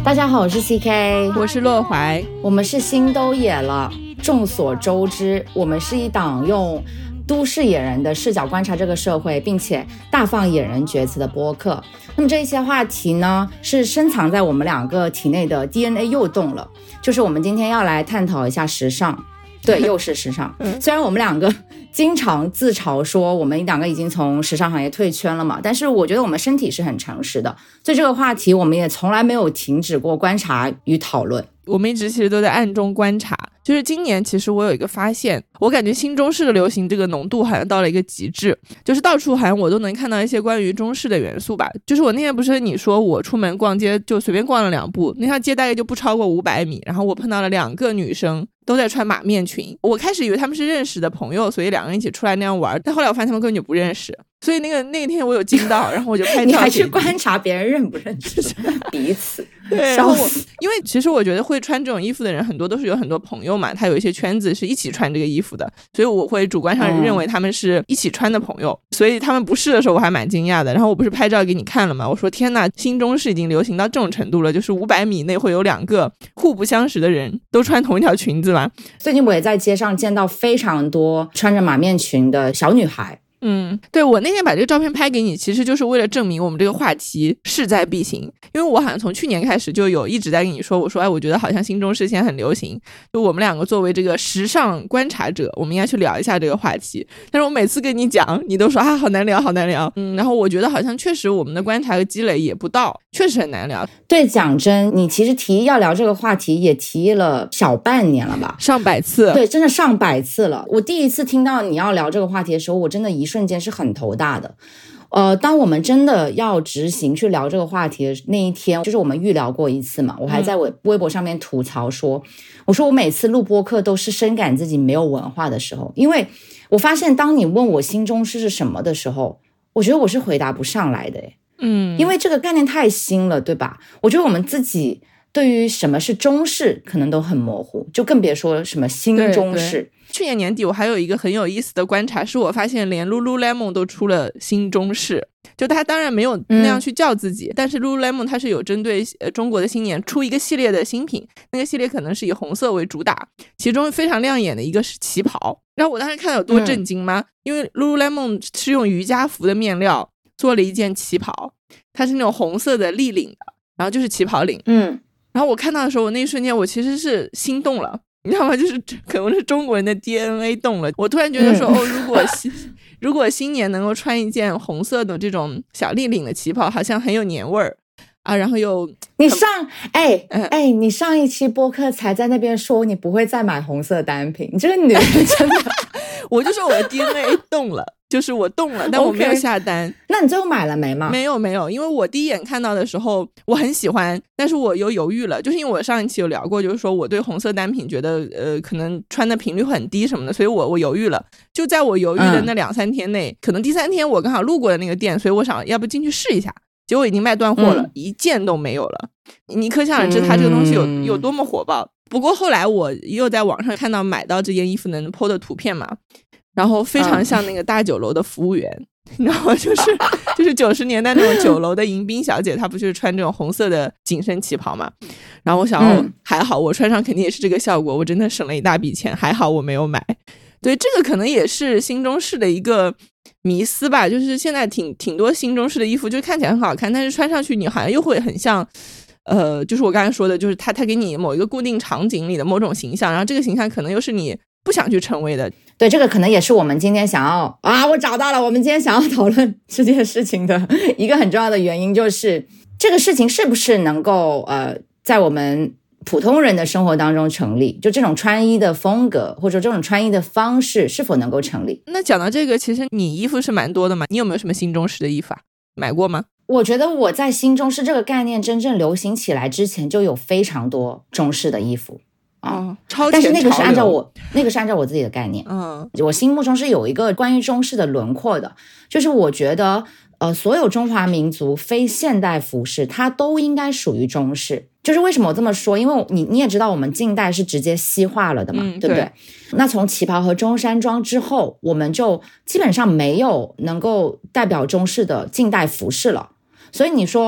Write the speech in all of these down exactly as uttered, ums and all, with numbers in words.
大家好，我是 C K， 我是洛怀， 我们是星都野了。众所周知，我们是一档用都市野人的视角观察这个社会，并且大放野人厥词的播客。那么这一些话题呢，是深藏在我们两个体内的 D N A 又动了，就是我们今天要来探讨一下时尚。对，又是时尚。虽然我们两个经常自嘲说我们两个已经从时尚行业退圈了嘛，但是我觉得我们身体是很诚实的，所以这个话题我们也从来没有停止过观察与讨论。 我们一直其实都在暗中观察，就是今年其实我有一个发现，我感觉新中式的流行这个浓度好像到了一个极致，就是到处好像我都能看到一些关于中式的元素吧。就是我那天不是你说我出门逛街就随便逛了两步，那条街大概就不超过五百米，然后我碰到了两个女生都在穿马面裙，我开始以为他们是认识的朋友，所以两个人一起出来那样玩，但后来我发现他们根本就不认识，所以那个那天我有惊到，然后我就拍照。 你还去观察别人认不认识彼此？ 对，然后我因为其实我觉得会穿这种衣服的人很多都是有很多朋友嘛，他有一些圈子是一起穿这个衣服的，所以我会主观上认为他们是一起穿的朋友、嗯、所以他们不是的时候我还蛮惊讶的。然后我不是拍照给你看了吗？我说天哪，新中式已经流行到这种程度了，就是五百米内会有两个互不相识的人都穿同一条裙子嘛。 最近我也在街上见到非常多穿着马面裙的小女孩。 嗯，对，我那天把这个照片拍给你其实就是为了证明我们这个话题势在必行，因为我好像从去年开始就有一直在跟你说，我说哎，我觉得好像新中式现在很流行，就我们两个作为这个时尚观察者，我们应该去聊一下这个话题。但是我每次跟你讲你都说啊好难聊好难聊，嗯，然后我觉得好像确实我们的观察和积累也不到，确实很难聊。 对，讲真，你其实提议要聊这个话题也提议了小半年了吧， 上百次。 对，真的上百次了。我第一次听到你要聊这个话题的时候，我真的一瞬间是很头大的。呃，当我们真的要执行去聊这个话题的那一天，就是我们预聊过一次嘛，我还在微微博上面吐槽说、嗯、我说我每次录播客都是深感自己没有文化的时候，因为我发现当你问我新中式是什么的时候，我觉得我是回答不上来的。 嗯， 因为这个概念太新了，对吧？我觉得我们自己对于什么是中式可能都很模糊，就更别说什么新中式。 对对，去年年底我还有一个很有意思的观察，是我发现连 Lululemon 都出了新中式，就他当然没有那样去叫自己、嗯、但是 Lululemon 它是有针对中国的新年出一个系列的新品，那个系列可能是以红色为主打，其中非常亮眼的一个是旗袍。然后我当时看到有多震惊吗、嗯、因为 Lululemon 是用瑜伽服的面料做了一件旗袍，它是那种红色的立领的，然后就是旗袍领。 嗯， 然后我看到的时候，我那一瞬间我其实是心动了，你知道吗？就是可能是中国人的 D N A 动了。我突然觉得说、嗯、哦，如果新如果新年能够穿一件红色的这种小立领的旗袍，好像很有年味儿啊。然后又你上哎哎、嗯欸，你上一期播客才在那边说你不会再买红色单品，你这个女人真的我就说我的 D N A 动了。就是我动了，但我没有下单。 Okay. 那你最后买了没吗？ 没有没有，因为我第一眼看到的时候我很喜欢，但是我又犹豫了，就是因为我上一期有聊过，就是说我对红色单品觉得呃可能穿的频率很低什么的，所以我我犹豫了。就在我犹豫的那两三天内、嗯、可能第三天我刚好路过的那个店，所以我想要不进去试一下，结果已经卖断货了、嗯、一件都没有了。你可想而知它这个东西有、嗯、有多么火爆。不过后来我又在网上看到买到这件衣服能 po 的图片嘛，然后非常像那个大酒楼的服务员、嗯、然后就是就是九十年代那种酒楼的迎宾小姐，她不就是穿这种红色的紧身旗袍嘛？然后我想、嗯哦、还好我穿上肯定也是这个效果，我真的省了一大笔钱，还好我没有买。对，这个可能也是新中式的一个迷思吧，就是现在挺挺多新中式的衣服就看起来很好看，但是穿上去你好像又会很像呃，就是我刚才说的，就是他他给你某一个固定场景里的某种形象，然后这个形象可能又是你不想去成为的。 对，这个可能也是我们今天想要啊，我找到了，我们今天想要讨论这件事情的一个很重要的原因，就是这个事情是不是能够呃，在我们普通人的生活当中成立，就这种穿衣的风格或者这种穿衣的方式是否能够成立。 那讲到这个，其实你衣服是蛮多的嘛，你有没有什么新中式的衣服啊？买过吗？ 我觉得我在新中式这个概念真正流行起来之前就有非常多中式的衣服啊、 哦，超前潮流。 但是那个是按照我那个是按照我自己的概念， 嗯， 我心目中是有一个关于中式的轮廓的，就是我觉得呃，所有中华民族非现代服饰它都应该属于中式。就是为什么我这么说，因为你你也知道我们近代是直接西化了的嘛、嗯、对不对？那从旗袍和中山装之后，我们就基本上没有能够代表中式的近代服饰了。所以你说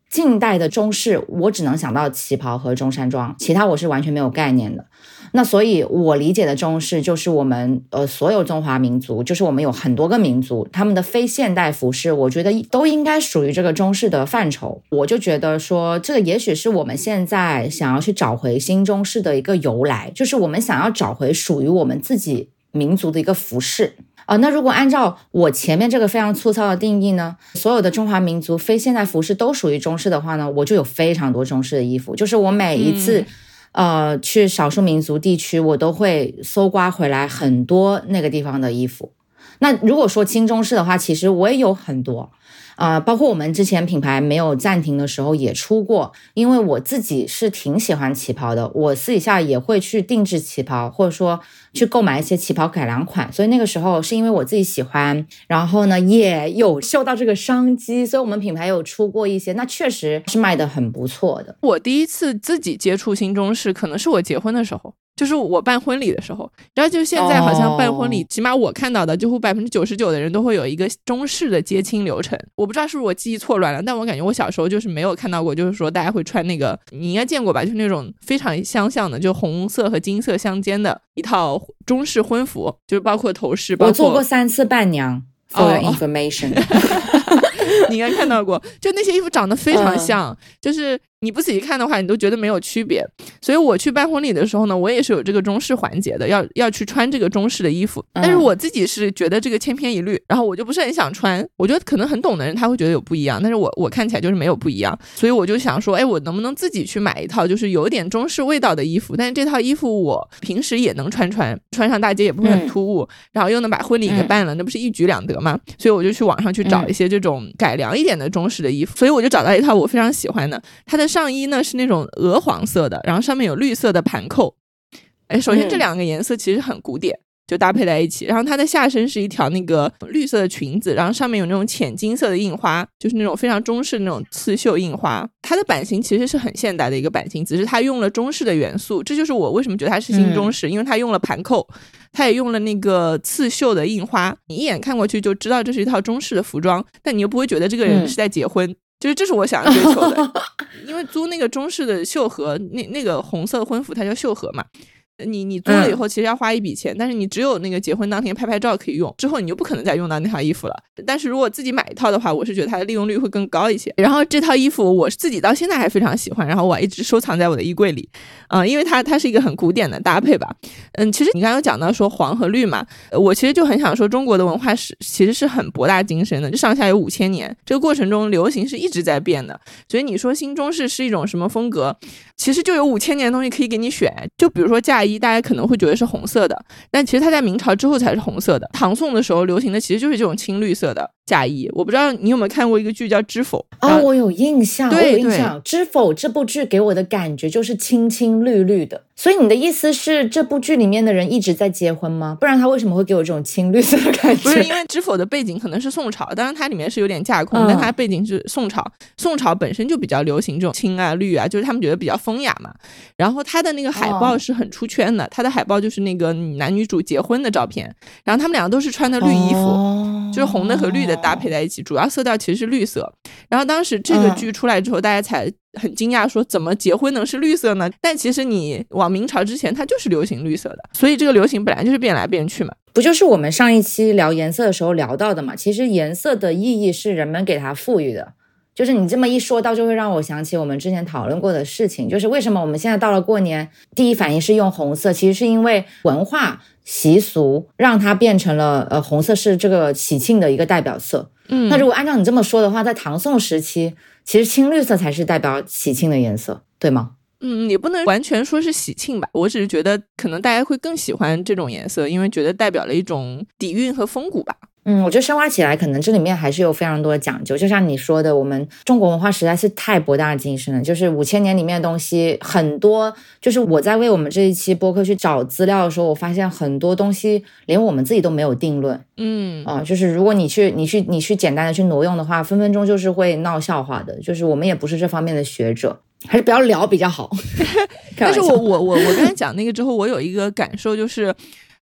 近代的中式我只能想到旗袍和中山装，其他我是完全没有概念的。那所以我理解的中式就是我们呃所有中华民族，就是我们有很多个民族，他们的非现代服饰我觉得都应该属于这个中式的范畴。我就觉得说这个也许是我们现在想要去找回新中式的一个由来，就是我们想要找回属于我们自己民族的一个服饰。呃，那如果按照我前面这个非常粗糙的定义呢，所有的中华民族非现代服饰都属于中式的话呢，我就有非常多中式的衣服，就是我每一次、嗯、呃去少数民族地区，我都会搜刮回来很多那个地方的衣服。那如果说新中式的话，其实我也有很多。呃，包括我们之前品牌没有暂停的时候也出过，因为我自己是挺喜欢旗袍的，我私底下也会去定制旗袍，或者说去购买一些旗袍改良款，所以那个时候是因为我自己喜欢，然后呢也有受到这个商机，所以我们品牌有出过一些，那确实是卖得很不错的。 我第一次自己接触新中式可能是我结婚的时候，就是我办婚礼的时候，然后就现在好像办婚礼、哦、起码我看到的几乎百分之九十九的人都会有一个中式的接亲流程。我不知道是不是我记忆错乱了，但我感觉我小时候就是没有看到过，就是说大家会穿那个，你应该见过吧，就是那种非常相像的，就红色和金色相间的一套中式婚服，就是包括头饰，包括我做过三次伴娘 for your information、 哦、你应该看到过，就那些衣服长得非常像、嗯、就是你不仔细看的话你都觉得没有区别。所以我去办婚礼的时候呢，我也是有这个中式环节的，要要去穿这个中式的衣服，但是我自己是觉得这个千篇一律，然后我就不是很想穿。我觉得可能很懂的人他会觉得有不一样，但是我我看起来就是没有不一样，所以我就想说，哎，我能不能自己去买一套就是有点中式味道的衣服，但是这套衣服我平时也能穿穿穿上大街也不会很突兀、嗯、然后又能把婚礼给办了、嗯、那不是一举两得吗？所以我就去网上去找一些这种改良一点的中式的衣服、嗯、所以我就找到一套我非常喜欢的，它的上衣呢是那种鹅黄色的，然后上面有绿色的盘扣。哎，首先这两个颜色其实很古典、嗯、就搭配在一起，然后它的下身是一条那个绿色的裙子，然后上面有那种浅金色的印花，就是那种非常中式的那种刺绣印花。它的版型其实是很现代的一个版型，只是它用了中式的元素，这就是我为什么觉得它是新中式、嗯、因为它用了盘扣，它也用了那个刺绣的印花，你一眼看过去就知道这是一套中式的服装，但你又不会觉得这个人是在结婚、嗯，就是这是我想追求的因为租那个中式的绣荷，那那个红色婚服它叫绣荷嘛，你你租了以后其实要花一笔钱、嗯、但是你只有那个结婚当天拍拍照可以用，之后你就不可能再用到那套衣服了。但是如果自己买一套的话，我是觉得它的利用率会更高一些。然后这套衣服我自己到现在还非常喜欢，然后我一直收藏在我的衣柜里啊、呃，因为它它是一个很古典的搭配吧。嗯，其实你刚刚有讲到说黄和绿嘛，我其实就很想说中国的文化是其实是很博大精深的，就上下有五千年，这个过程中流行是一直在变的。所以你说新中式是一种什么风格，其实就有五千年的东西可以给你选。就比如说嫁衣，大家可能会觉得是红色的，但其实它在明朝之后才是红色的。唐宋的时候流行的其实就是这种青绿色的嫁衣。我不知道你有没有看过一个剧叫《知否》 啊、哦？我有印象， 对， 我有印象。《知否》这部剧给我的感觉就是青青绿绿的。所以你的意思是这部剧里面的人一直在结婚吗？不然他为什么会给我这种青绿色的感觉？ 不是，因为《知否》的背景可能是宋朝，当然它里面是有点架空、嗯、但它背景是宋朝，宋朝本身就比较流行这种青啊绿啊，就是他们觉得比较风雅嘛。然后它的那个海报是很出圈的，它的海报就是那个男女主结婚的照片，然后他们两个都是穿的绿衣服、哦、就是红的和绿的搭配在一起，主要色调其实是绿色。然后当时这个剧出来之后、嗯、大家才很惊讶说怎么结婚能是绿色呢？但其实你往明朝之前它就是流行绿色的，所以这个流行本来就是变来变去嘛。 不就是我们上一期聊颜色的时候聊到的嘛？其实颜色的意义是人们给它赋予的，就是你这么一说到就会让我想起我们之前讨论过的事情，就是为什么我们现在到了过年第一反应是用红色，其实是因为文化习俗让它变成了呃红色是这个喜庆的一个代表色。嗯，那如果按照你这么说的话，在唐宋时期其实青绿色才是代表喜庆的颜色，对吗？ 嗯，也不能完全说是喜庆吧，我只是觉得可能大家会更喜欢这种颜色，因为觉得代表了一种底蕴和风骨吧。 嗯，我觉得深挖起来可能这里面还是有非常多的讲究，就像你说的，我们中国文化实在是太博大精深了，就是五千年里面的东西很多，就是我在为我们这一期播客去找资料的时候，我发现很多东西连我们自己都没有定论。嗯啊、呃，就是如果你去你去你去简单的去挪用的话，分分钟就是会闹笑话的，就是我们也不是这方面的学者，还是不要聊比较好。 但是我我我我刚才讲那个之后，我有一个感受就是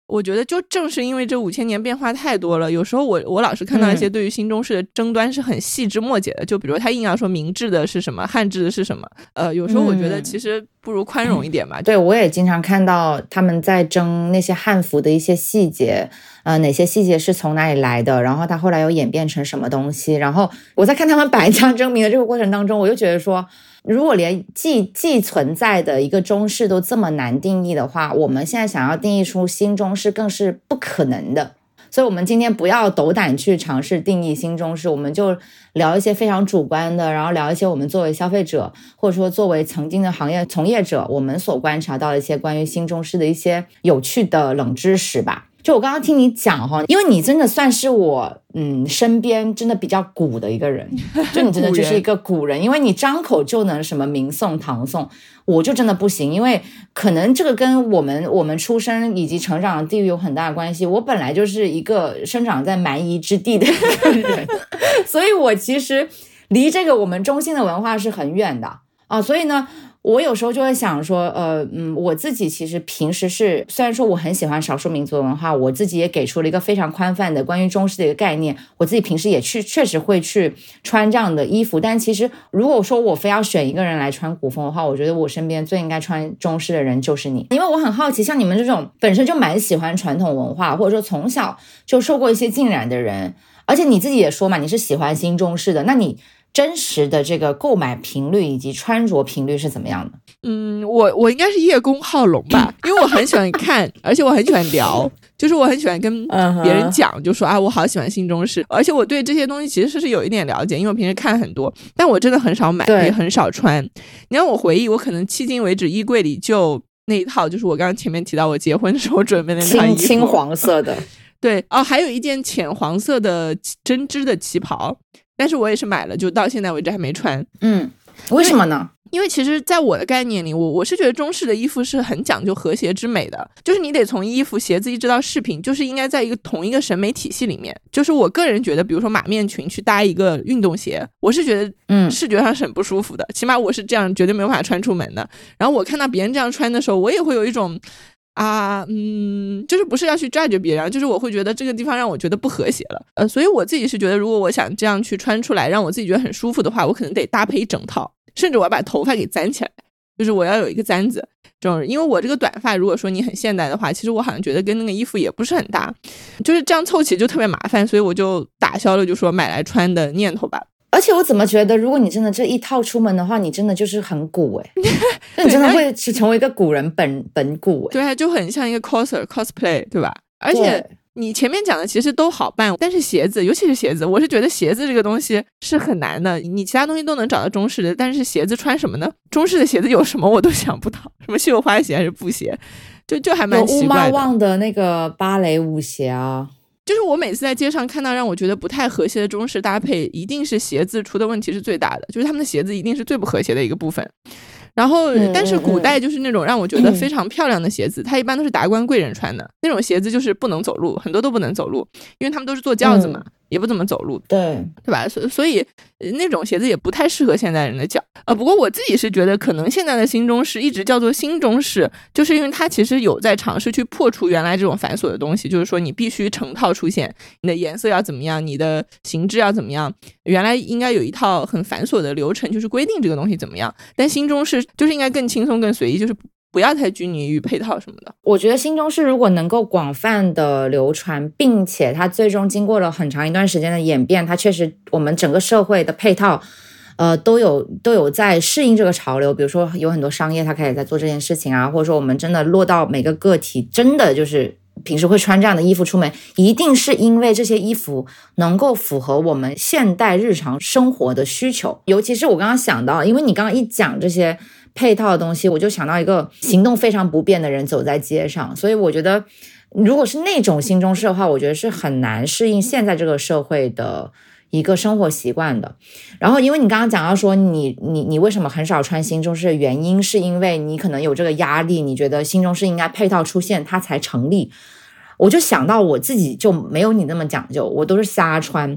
我觉得就正是因为这五千年变化太多了，有时候我我老是看到一些对于新中式的争端是很细枝末节的、嗯、就比如他硬要说明制的是什么，汉制的是什么，呃，有时候我觉得其实不如宽容一点嘛、 嗯、对，我也经常看到他们在争那些汉服的一些细节，呃，哪些细节是从哪里来的，然后它后来又演变成什么东西，然后我在看他们百家争鸣的这个过程当中，我就觉得说如果连既既存在的一个中式都这么难定义的话，我们现在想要定义出新中式更是不可能的。所以我们今天不要斗胆去尝试定义新中式，我们就聊一些非常主观的，然后聊一些我们作为消费者或者说作为曾经的行业从业者我们所观察到的一些关于新中式的一些有趣的冷知识吧。就我刚刚听你讲哈，因为你真的算是我嗯身边真的比较古的一个人，就你真的就是一个古人，因为你张口就能什么明宋唐宋，我就真的不行，因为可能这个跟我们我们出生以及成长的地域有很大的关系。我本来就是一个生长在蛮夷之地的一个人，所以我其实离这个我们中心的文化是很远的啊，所以呢。我有时候就会想说呃嗯，我自己其实平时是虽然说我很喜欢少数民族文化，我自己也给出了一个非常宽泛的关于中式的一个概念，我自己平时也去确实会去穿这样的衣服，但其实如果说我非要选一个人来穿古风的话，我觉得我身边最应该穿中式的人就是你。因为我很好奇，像你们这种本身就蛮喜欢传统文化，或者说从小就受过一些浸染的人，而且你自己也说嘛，你是喜欢新中式的，那你真实的这个购买频率以及穿着频率是怎么样的？ 嗯，我我应该是叶公好龙吧，因为我很喜欢看，而且我很喜欢聊，就是我很喜欢跟别人讲，就说啊，我好喜欢新中式，而且我对这些东西其实是有一点了解，因为我平时看很多，但我真的很少买，也很少穿。你让我回忆，我可能迄今为止衣柜里就那一套，就是我刚刚前面提到我结婚的时候准备的那套衣服， 青青黄色的， 对哦，还有一件浅黄色的针织的旗袍。但是我也是买了，就到现在为止还没穿。 嗯，为什么呢？ 因为其实在我的概念里，我我是觉得中式的衣服是很讲究和谐之美的，就是你得从衣服鞋子一直到饰品，就是应该在一个同一个审美体系里面。就是我个人觉得比如说马面裙去搭一个运动鞋，我是觉得嗯视觉上是很不舒服的、嗯、起码我是这样绝对没有办法穿出门的。然后我看到别人这样穿的时候，我也会有一种啊，嗯，就是不是要去 judge 别人，就是我会觉得这个地方让我觉得不和谐了，呃，所以我自己是觉得，如果我想这样去穿出来，让我自己觉得很舒服的话，我可能得搭配一整套，甚至我要把头发给簪起来，就是我要有一个簪子，这种，因为我这个短发，如果说你很现代的话，其实我好像觉得跟那个衣服也不是很搭，就是这样凑齐就特别麻烦，所以我就打消了就说买来穿的念头吧。 而且我怎么觉得如果你真的这一套出门的话，你真的就是很古哎、欸，你真的会成为一个古人本本古哎、 欸，对啊，就很像一个 coser cosplay 对吧？而且你前面讲的其实都好办，但是鞋子，尤其是鞋子，我是觉得鞋子这个东西是很难的，你其他东西都能找到中式的，但是鞋子穿什么呢？中式的鞋子有什么我都想不到，什么绣花鞋还是布鞋，就就还蛮奇怪的。 有乌猫旺的那个芭蕾舞鞋啊， 就是我每次在街上看到让我觉得不太和谐的中式搭配，一定是鞋子出的问题是最大的，就是他们的鞋子一定是最不和谐的一个部分。然后但是古代就是那种让我觉得非常漂亮的鞋子、嗯、它一般都是达官贵人穿的，那种鞋子就是不能走路，很多都不能走路，因为他们都是坐轿子嘛、嗯、也不怎么走路， 对对吧？所所以那种鞋子也不太适合现代人的脚。呃，不过我自己是觉得可能现在的新中式一直叫做新中式，就是因为它其实有在尝试去破除原来这种繁琐的东西，就是说你必须成套出现，你的颜色要怎么样，你的形制要怎么样，原来应该有一套很繁琐的流程，就是规定这个东西怎么样，但新中式就是应该更轻松更随意，就是不要太拘泥于配套什么的。 我觉得新中式如果能够广泛的流传，并且它最终经过了很长一段时间的演变，它确实我们整个社会的配套呃，都有都有在适应这个潮流，比如说有很多商业它开始在做这件事情啊，或者说我们真的落到每个个体真的就是平时会穿这样的衣服出门，一定是因为这些衣服能够符合我们现代日常生活的需求。尤其是我刚刚想到，因为你刚刚一讲这些配套的东西，我就想到一个行动非常不便的人走在街上，所以我觉得如果是那种新中式的话，我觉得是很难适应现在这个社会的一个生活习惯的。然后因为你刚刚讲到说你你你为什么很少穿新中式的原因是因为你可能有这个压力，你觉得新中式应该配套出现它才成立，我就想到我自己就没有你那么讲究，我都是瞎穿。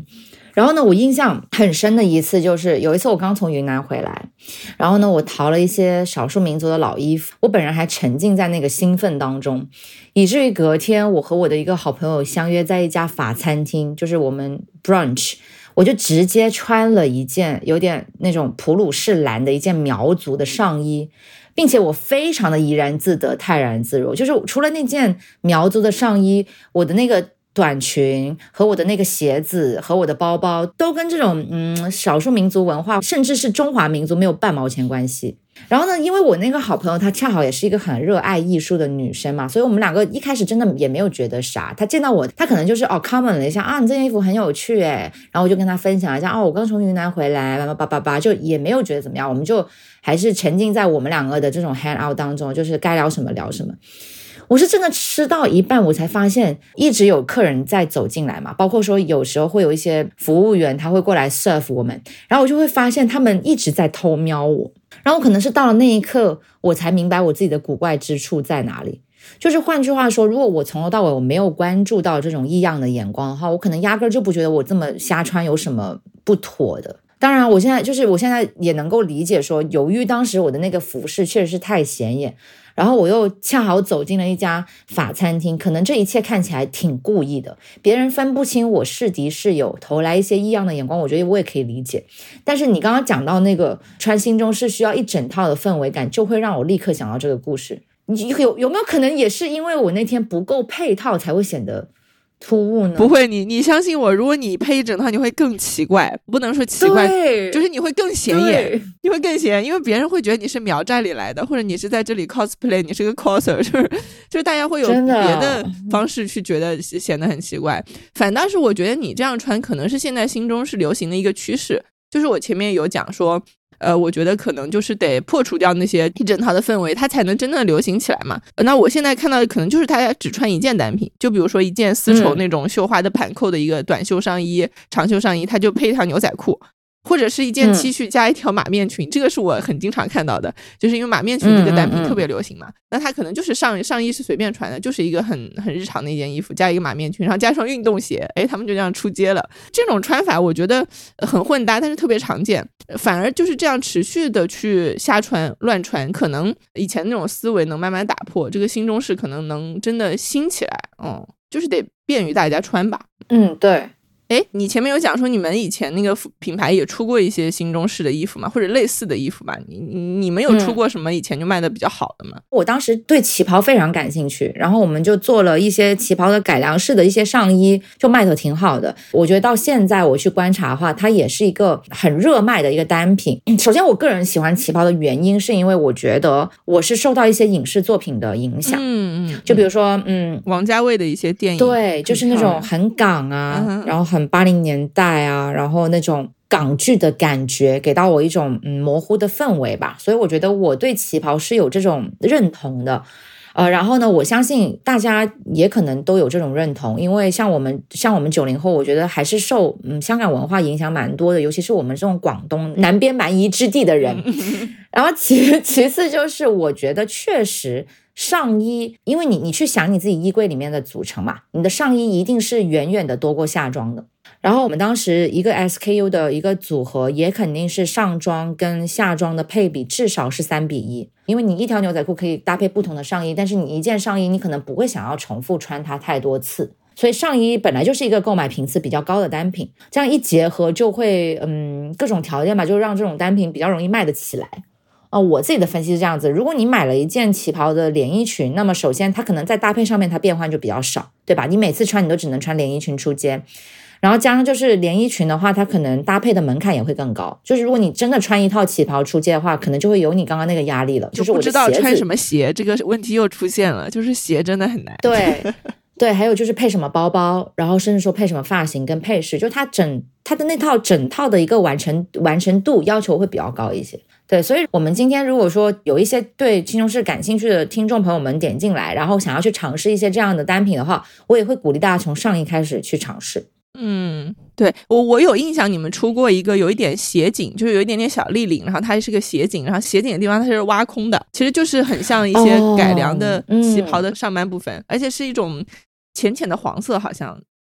然后呢，我印象很深的一次就是有一次我刚从云南回来，然后呢，我淘了一些少数民族的老衣服，我本人还沉浸在那个兴奋当中，以至于隔天我和我的一个好朋友相约在一家法餐厅，就是我们 brunch， 我就直接穿了一件有点那种普鲁士蓝的一件苗族的上衣，并且我非常的怡然自得，泰然自若，就是除了那件苗族的上衣，我的那个短裙和我的那个鞋子和我的包包都跟这种嗯少数民族文化甚至是中华民族没有半毛钱关系。然后呢，因为我那个好朋友她恰好也是一个很热爱艺术的女生嘛，所以我们两个一开始真的也没有觉得啥。她见到我，她可能就是哦 comment 了一下啊，你这件衣服很有趣诶，然后我就跟她分享一下哦，我刚从云南回来，叭叭叭叭，就也没有觉得怎么样，我们就还是沉浸在我们两个的这种 hang out 当中，就是该聊什么聊什么。我是真的吃到一半我才发现一直有客人在走进来嘛，包括说有时候会有一些服务员他会过来 serve 我们，然后我就会发现他们一直在偷瞄我，然后可能是到了那一刻我才明白我自己的古怪之处在哪里。就是换句话说，如果我从头到尾我没有关注到这种异样的眼光的话，我可能压根就不觉得我这么瞎穿有什么不妥的。当然我现在就是我现在也能够理解说，由于当时我的那个服饰确实是太显眼，然后我又恰好走进了一家法餐厅，可能这一切看起来挺故意的，别人分不清我是敌是友，投来一些异样的眼光，我觉得我也可以理解。但是你刚刚讲到那个穿新中式需要一整套的氛围感，就会让我立刻想到这个故事。有有没有可能也是因为我那天不够配套才会显得突兀呢？ 不会，你你相信我，如果你配一整套你会更奇怪，不能说奇怪，就是你会更显眼，你会更显眼，因为别人会觉得你是苗寨里来的，或者你是在这里 cosplay， 你是个 coser， 就是就是大家会有别的方式去觉得显得很奇怪。反倒是我觉得你这样穿可能是现在新中式流行的一个趋势，就是我前面有讲说呃，我觉得可能就是得破除掉那些一整套的氛围，它才能真正流行起来嘛。那我现在看到的可能就是大家只穿一件单品，就比如说一件丝绸那种绣花的盘扣的一个短袖上衣、嗯、长袖上衣，它就配一条牛仔裤，或者是一件 T 恤加一条马面裙、嗯、这个是我很经常看到的，就是因为马面裙这个单品特别流行嘛，嗯嗯嗯那它可能就是上上衣是随便穿的，就是一个很很日常的一件衣服加一个马面裙，然后加上运动鞋，哎，他们就这样出街了。这种穿法我觉得很混搭，但是特别常见，反而就是这样持续的去瞎穿乱穿，可能以前那种思维能慢慢打破，这个新中式可能能真的兴起来，嗯，就是得便于大家穿吧。 嗯，对。 哎，你前面有讲说你们以前那个品牌也出过一些新中式的衣服嘛，或者类似的衣服吧？你你们有出过什么以前就卖的比较好的吗？ 嗯、我当时对旗袍非常感兴趣，然后我们就做了一些旗袍的改良式的一些上衣，就卖的挺好的。我觉得到现在我去观察的话，它也是一个很热卖的一个单品。首先我个人喜欢旗袍的原因是因为我觉得我是受到一些影视作品的影响， 嗯嗯， 就比如说嗯， 王家卫的一些电影， 对，就是那种很港啊、嗯、然后很八零年代啊，然后那种港剧的感觉给到我一种嗯模糊的氛围吧，所以我觉得我对旗袍是有这种认同的。呃，然后呢，我相信大家也可能都有这种认同，因为像我们像我们九零后，我觉得还是受嗯香港文化影响蛮多的，尤其是我们这种广东南边蛮夷之地的人。然后其其次就是我觉得确实上衣，因为你你去想你自己衣柜里面的组成嘛，你的上衣一定是远远的多过下装的。然后我们当时一个 S K U 的一个组合也肯定是上装跟下装的配比至少是三比一，因为你一条牛仔裤可以搭配不同的上衣，但是你一件上衣你可能不会想要重复穿它太多次，所以上衣本来就是一个购买频次比较高的单品，这样一结合就会嗯各种条件吧，就让这种单品比较容易卖得起来。呃，我自己的分析是这样子，如果你买了一件旗袍的连衣裙，那么首先它可能在搭配上面它变换就比较少，对吧？你每次穿你都只能穿连衣裙出街，然后加上就是连衣裙的话，它可能搭配的门槛也会更高，就是如果你真的穿一套旗袍出街的话，可能就会有你刚刚那个压力了，就是我的鞋子就不知道穿什么鞋，这个问题又出现了，就是鞋真的很难。 对对，还有就是配什么包包，然后甚至说配什么发型跟配饰，就它整它的那套整套的一个完成完成度要求会比较高一些。对，所以我们今天如果说有一些对新中式感兴趣的听众朋友们点进来，然后想要去尝试一些这样的单品的话，我也会鼓励大家从上衣开始去尝试。 嗯，对，我我有印象你们出过一个有一点斜颈，就是有一点点小立领，然后它是个斜颈，然后斜颈的地方它是挖空的，其实就是很像一些改良的旗袍的上半部分、哦嗯、而且是一种浅浅的黄色好像。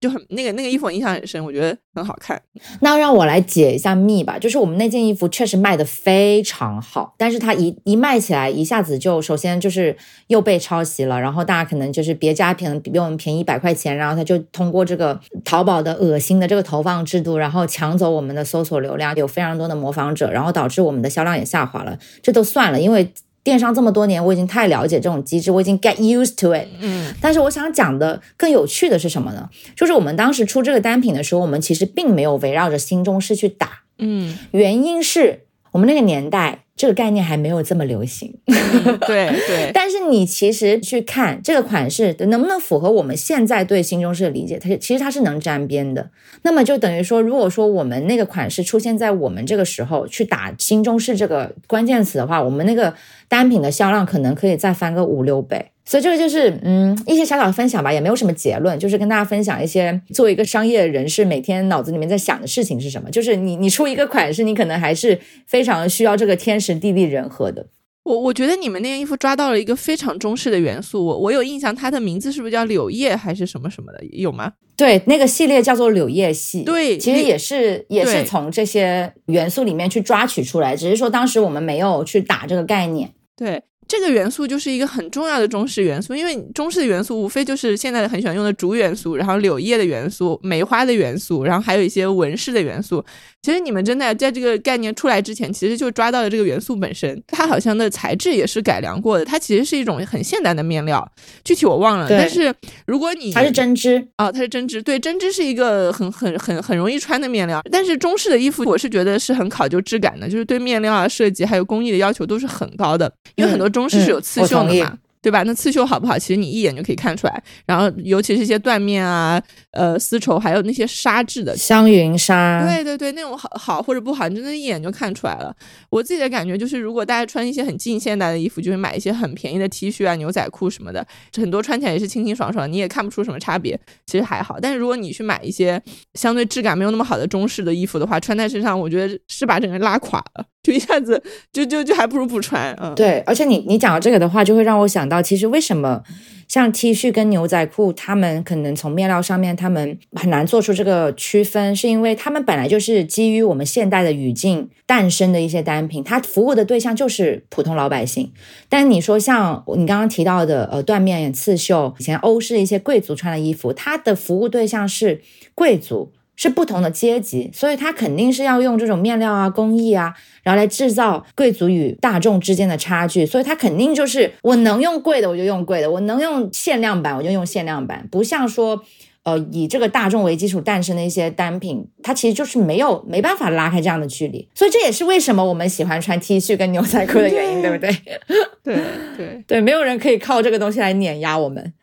就很那个那个衣服我印象很深，我觉得很好看。 那让我来解一下密吧，就是我们那件衣服确实卖的非常好，但是它一一卖起来一下子就首先就是又被抄袭了，然后大家可能就是别家可能比我们便宜一百块钱，然后他就通过这个淘宝的恶心的这个投放制度，然后抢走我们的搜索流量，有非常多的模仿者，然后导致我们的销量也下滑了。这都算了，因为电商这么多年我已经太了解这种机制，我已经 get used to it。 嗯， 但是我想讲的更有趣的是什么呢？就是我们当时出这个单品的时候，我们其实并没有围绕着新中式去打。 嗯， 原因是我们那个年代这个概念还没有这么流行。 嗯、对对。 但是你其实去看这个款式能不能符合我们现在对新中式的理解，它其实它是能沾边的。那么就等于说，如果说我们那个款式出现在我们这个时候去打新中式这个关键词的话，我们那个单品的销量可能可以再翻个五六倍。所以这个就是嗯一些小小的分享吧，也没有什么结论，就是跟大家分享一些作为一个商业人士每天脑子里面在想的事情是什么。就是你你出一个款式，你可能还是非常需要这个天时地利人和的。 我我觉得你们那件衣服抓到了一个非常中式的元素，我我有印象，它的名字是不是叫柳叶还是什么什么的，有吗？ 对，那个系列叫做柳叶系。 对， 其实也是也是从这些元素里面去抓取出来，只是说当时我们没有去打这个概念。 对，这个元素就是一个很重要的中式元素，因为中式的元素无非就是现在很喜欢用的竹元素，然后柳叶的元素，梅花的元素，然后还有一些纹饰的元素。其实你们真的在这个概念出来之前，其实就抓到了这个元素本身，它好像的材质也是改良过的，它其实是一种很现代的面料，具体我忘了。但是如果你它是针织哦，它是针织，对，针织是一个很很很很容易穿的面料。但是中式的衣服我是觉得是很考究质感的，就是对面料啊、设计还有工艺的要求都是很高的，因为很多中式是有刺绣的嘛。嗯嗯对吧？那刺绣好不好，其实你一眼就可以看出来。然后尤其是一些缎面啊、呃丝绸，还有那些纱质的香云纱， 对对对，那种好好或者不好，你真的一眼就看出来了。我自己的感觉就是，如果大家穿一些很近现代的衣服，就是买一些很便宜的 T 恤啊、牛仔裤什么的，很多穿起来也是清清爽爽，你也看不出什么差别，其实还好。但是如果你去买一些相对质感没有那么好的中式的衣服的话，穿在身上，我觉得是把整个人拉垮了。就一下子就就就还不如不穿。嗯， 对，而且你你讲到这个的话，就会让我想到，其实为什么像 T 恤跟牛仔裤，他们可能从面料上面他们很难做出这个区分，是因为他们本来就是基于我们现代的语境诞生的一些单品，它服务的对象就是普通老百姓。但你说像你刚刚提到的呃缎面刺绣，以前欧式一些贵族穿的衣服，它的服务对象是贵族，是不同的阶级，所以它肯定是要用这种面料啊、工艺啊，然后来制造贵族与大众之间的差距。所以它肯定就是我能用贵的我就用贵的，我能用限量版我就用限量版，不像说呃以这个大众为基础诞生的一些单品，它其实就是没有没办法拉开这样的距离。所以这也是为什么我们喜欢穿 T 恤跟牛仔裤的原因，对不对？ 对对对，没有人可以靠这个东西来碾压我们。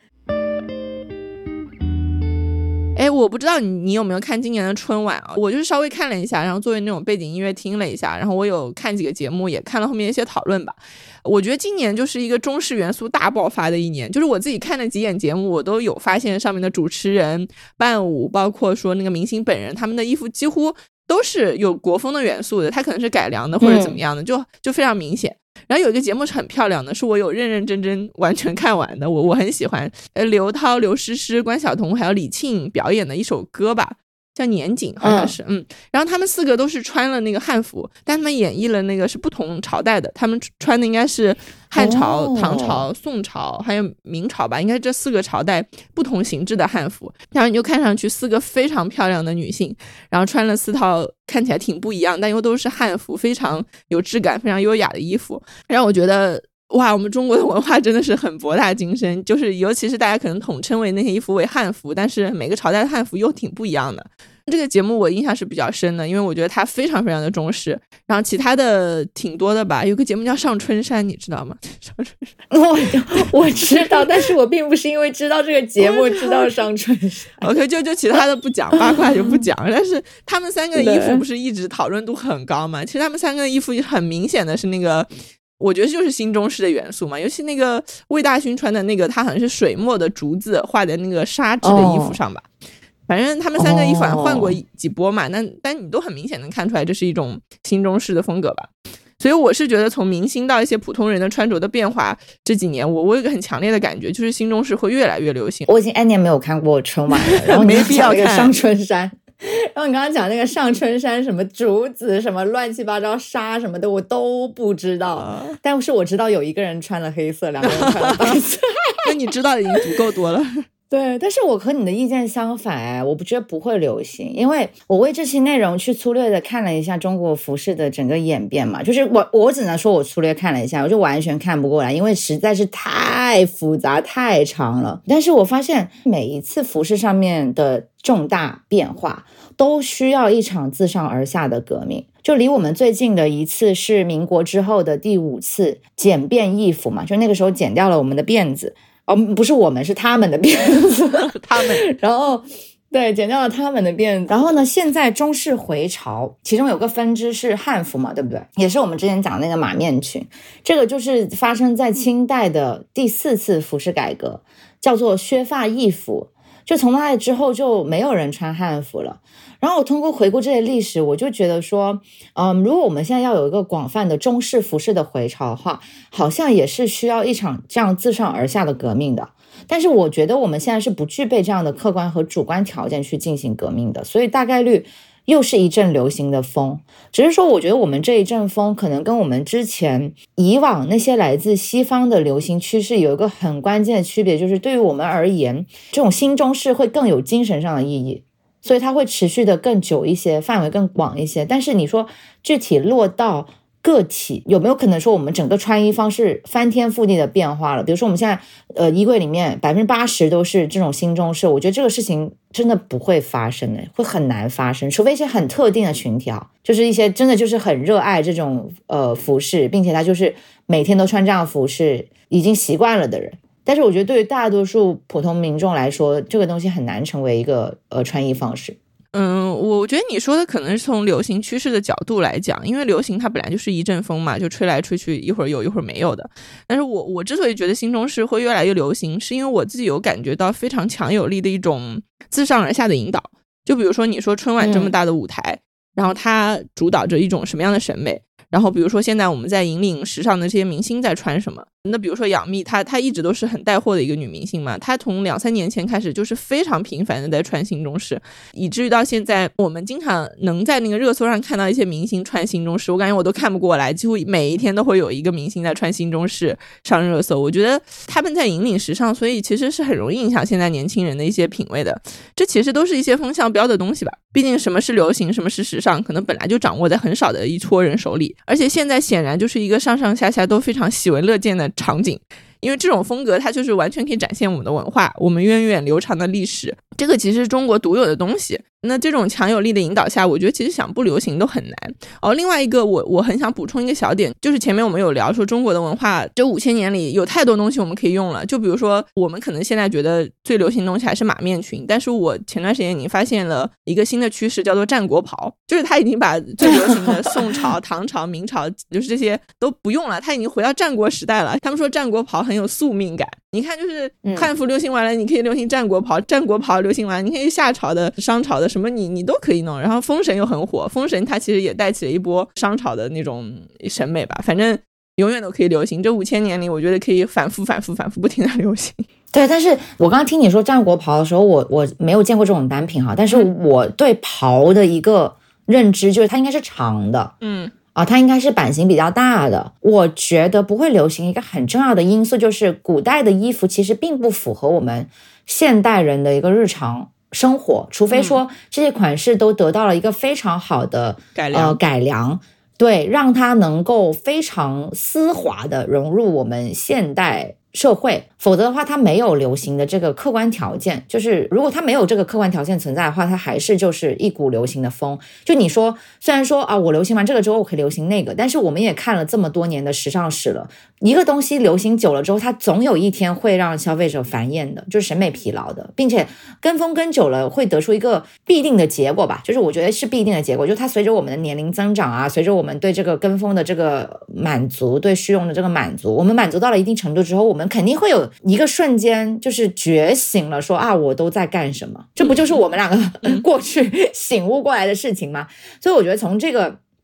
哎，我不知道你你有没有看今年的春晚啊？我就是稍微看了一下，然后作为那种背景音乐听了一下，然后我有看几个节目，也看了后面一些讨论吧。我觉得今年就是一个中式元素大爆发的一年，就是我自己看了几眼节目，我都有发现上面的主持人、伴舞，包括说那个明星本人，他们的衣服几乎都是有国风的元素的，它可能是改良的或者怎么样的，嗯、就就非常明显。然后有一个节目是很漂亮的，是我有认认真真完全看完的，我我很喜欢。呃，刘涛、刘诗诗、关晓彤还有李沁表演的一首歌吧，叫年景，好像是，嗯, 嗯。然后他们四个都是穿了那个汉服，但他们演绎了那个是不同朝代的，他们穿的应该是汉朝、唐朝、宋朝还有明朝吧，应该这四个朝代不同形制的汉服。然后你就看上去四个非常漂亮的女性，然后穿了四套看起来挺不一样但又都是汉服，非常有质感非常优雅的衣服，让我觉得哇，我们中国的文化真的是很博大精深，就是尤其是大家可能统称为那些衣服为汉服，但是每个朝代的汉服又挺不一样的。这个节目我印象是比较深的，因为我觉得它非常非常的中式，然后其他的挺多的吧。有个节目叫上春山，你知道吗？上春山我我知道，但是我并不是因为知道这个节目知道上春山。 OK， 就就其他的不讲，八卦就不讲。但是他们三个的衣服不是一直讨论度很高嘛？其实他们三个的衣服很明显的是那个，我觉得就是新中式的元素嘛。尤其那个魏大勋穿的那个，他好像是水墨的竹子画在那个纱质的衣服上吧。哦，反正他们三个衣服换过几波嘛，那、oh. 但你都很明显能看出来这是一种新中式的风格吧。 所以我是觉得从明星到一些普通人的穿着的变化，这几年我我有一个很强烈的感觉，就是新中式会越来越流行。 我已经 N 年没有看过春晚了，然后没必要看上春山然后你刚刚讲那个上春山什么竹子什么乱七八糟纱什么的我都不知道、啊、但是我知道有一个人穿了黑色，两个人穿了白色那你知道的已经足够多了对，但是我和你的意见相反哎，我不觉得不会流行，因为我为这期内容去粗略的看了一下中国服饰的整个演变嘛，就是我我只能说我粗略看了一下，我就完全看不过来，因为实在是太复杂太长了。但是我发现每一次服饰上面的重大变化都需要一场自上而下的革命，就离我们最近的一次是民国之后的第五次简便易服嘛，就那个时候剪掉了我们的辫子。哦，不是我们，是他们的辫子他们然后对，剪掉了他们的辫子。然后呢，现在中式回潮，其中有个分支是汉服嘛，对不对？也是我们之前讲的那个马面裙，这个就是发生在清代的第四次服饰改革，叫做削发易服。就从那之后就没有人穿汉服了。然后我通过回顾这些历史，我就觉得说嗯，如果我们现在要有一个广泛的中式服饰的回潮的话，好像也是需要一场这样自上而下的革命的。但是我觉得我们现在是不具备这样的客观和主观条件去进行革命的，所以大概率又是一阵流行的风。只是说我觉得我们这一阵风可能跟我们之前以往那些来自西方的流行趋势有一个很关键的区别，就是对于我们而言，这种新中式会更有精神上的意义，所以它会持续的更久一些，范围更广一些。但是你说具体落到个体，有没有可能说我们整个穿衣方式翻天覆地的变化了？比如说我们现在呃衣柜里面百分之八十都是这种新中式，我觉得这个事情真的不会发生的，会很难发生，除非一些很特定的群体啊，就是一些真的就是很热爱这种呃服饰，并且他就是每天都穿这样的服饰，已经习惯了的人。但是我觉得对于大多数普通民众来说，这个东西很难成为一个呃穿衣方式。 嗯，我觉得你说的可能是从流行趋势的角度来讲，因为流行它本来就是一阵风嘛，就吹来吹去，一会儿有一会儿没有的。但是我我之所以觉得新中式会越来越流行，是因为我自己有感觉到非常强有力的一种自上而下的引导。就比如说你说春晚这么大的舞台、嗯、然后它主导着一种什么样的审美，然后比如说现在我们在引领时尚的这些明星在穿什么，那比如说杨幂，她她一直都是很带货的一个女明星嘛，她从两三年前开始就是非常频繁的在穿新中式，以至于到现在我们经常能在那个热搜上看到一些明星穿新中式，我感觉我都看不过来，几乎每一天都会有一个明星在穿新中式上热搜。我觉得他们在引领时尚，所以其实是很容易影响现在年轻人的一些品味的，这其实都是一些风向标的东西吧。毕竟什么是流行，什么是时尚，可能本来就掌握在很少的一撮人手里，而且现在显然就是一个上上下下都非常喜闻乐见的场景，因为这种风格它就是完全可以展现我们的文化，我们源远流长的历史，这个其实是中国独有的东西。那这种强有力的引导下，我觉得其实想不流行都很难。哦，另外一个我我很想补充一个小点，就是前面我们有聊说中国的文化这五千年里有太多东西我们可以用了，就比如说我们可能现在觉得最流行的东西还是马面裙，但是我前段时间已经发现了一个新的趋势，叫做战国袍，就是他已经把最流行的宋朝、唐朝、明朝就是这些都不用了，他已经回到战国时代了。他们说战国袍很有宿命感，你看就是汉服流行完了，你可以流行战国袍，战国袍流行完你可以夏朝的、商朝的什么你你都可以弄。然后封神又很火，封神它其实也带起了一波商朝的那种审美吧，反正永远都可以流行。这五千年里我觉得可以反复反复反复不停的流行。 对，但是我刚刚听你说战国袍的时候，我我没有见过这种单品哈，但是我对袍的一个认知就是它应该是长的，嗯啊，它应该是版型比较大的。我觉得不会流行一个很重要的因素就是古代的衣服其实并不符合我们现代人的一个日常生活，除非说这些款式都得到了一个非常好的改良、 呃、改良，对，让它能够非常丝滑的融入我们现代社会，否则的话它没有流行的这个客观条件，就是如果它没有这个客观条件存在的话，它还是就是一股流行的风。就你说虽然说啊，我流行完这个之后我可以流行那个，但是我们也看了这么多年的时尚史了，一个东西流行久了之后，它总有一天会让消费者烦厌的，就是审美疲劳的，并且跟风跟久了会得出一个必定的结果吧，就是我觉得是必定的结果，就是它随着我们的年龄增长啊，随着我们对这个跟风的这个满足，对虚荣的这个满足，我们满足到了一定程度之后，我们肯定会有一个瞬间就是觉醒了，说啊我都在干什么，这不就是我们两个过去醒悟过来的事情吗？所以我觉得从这个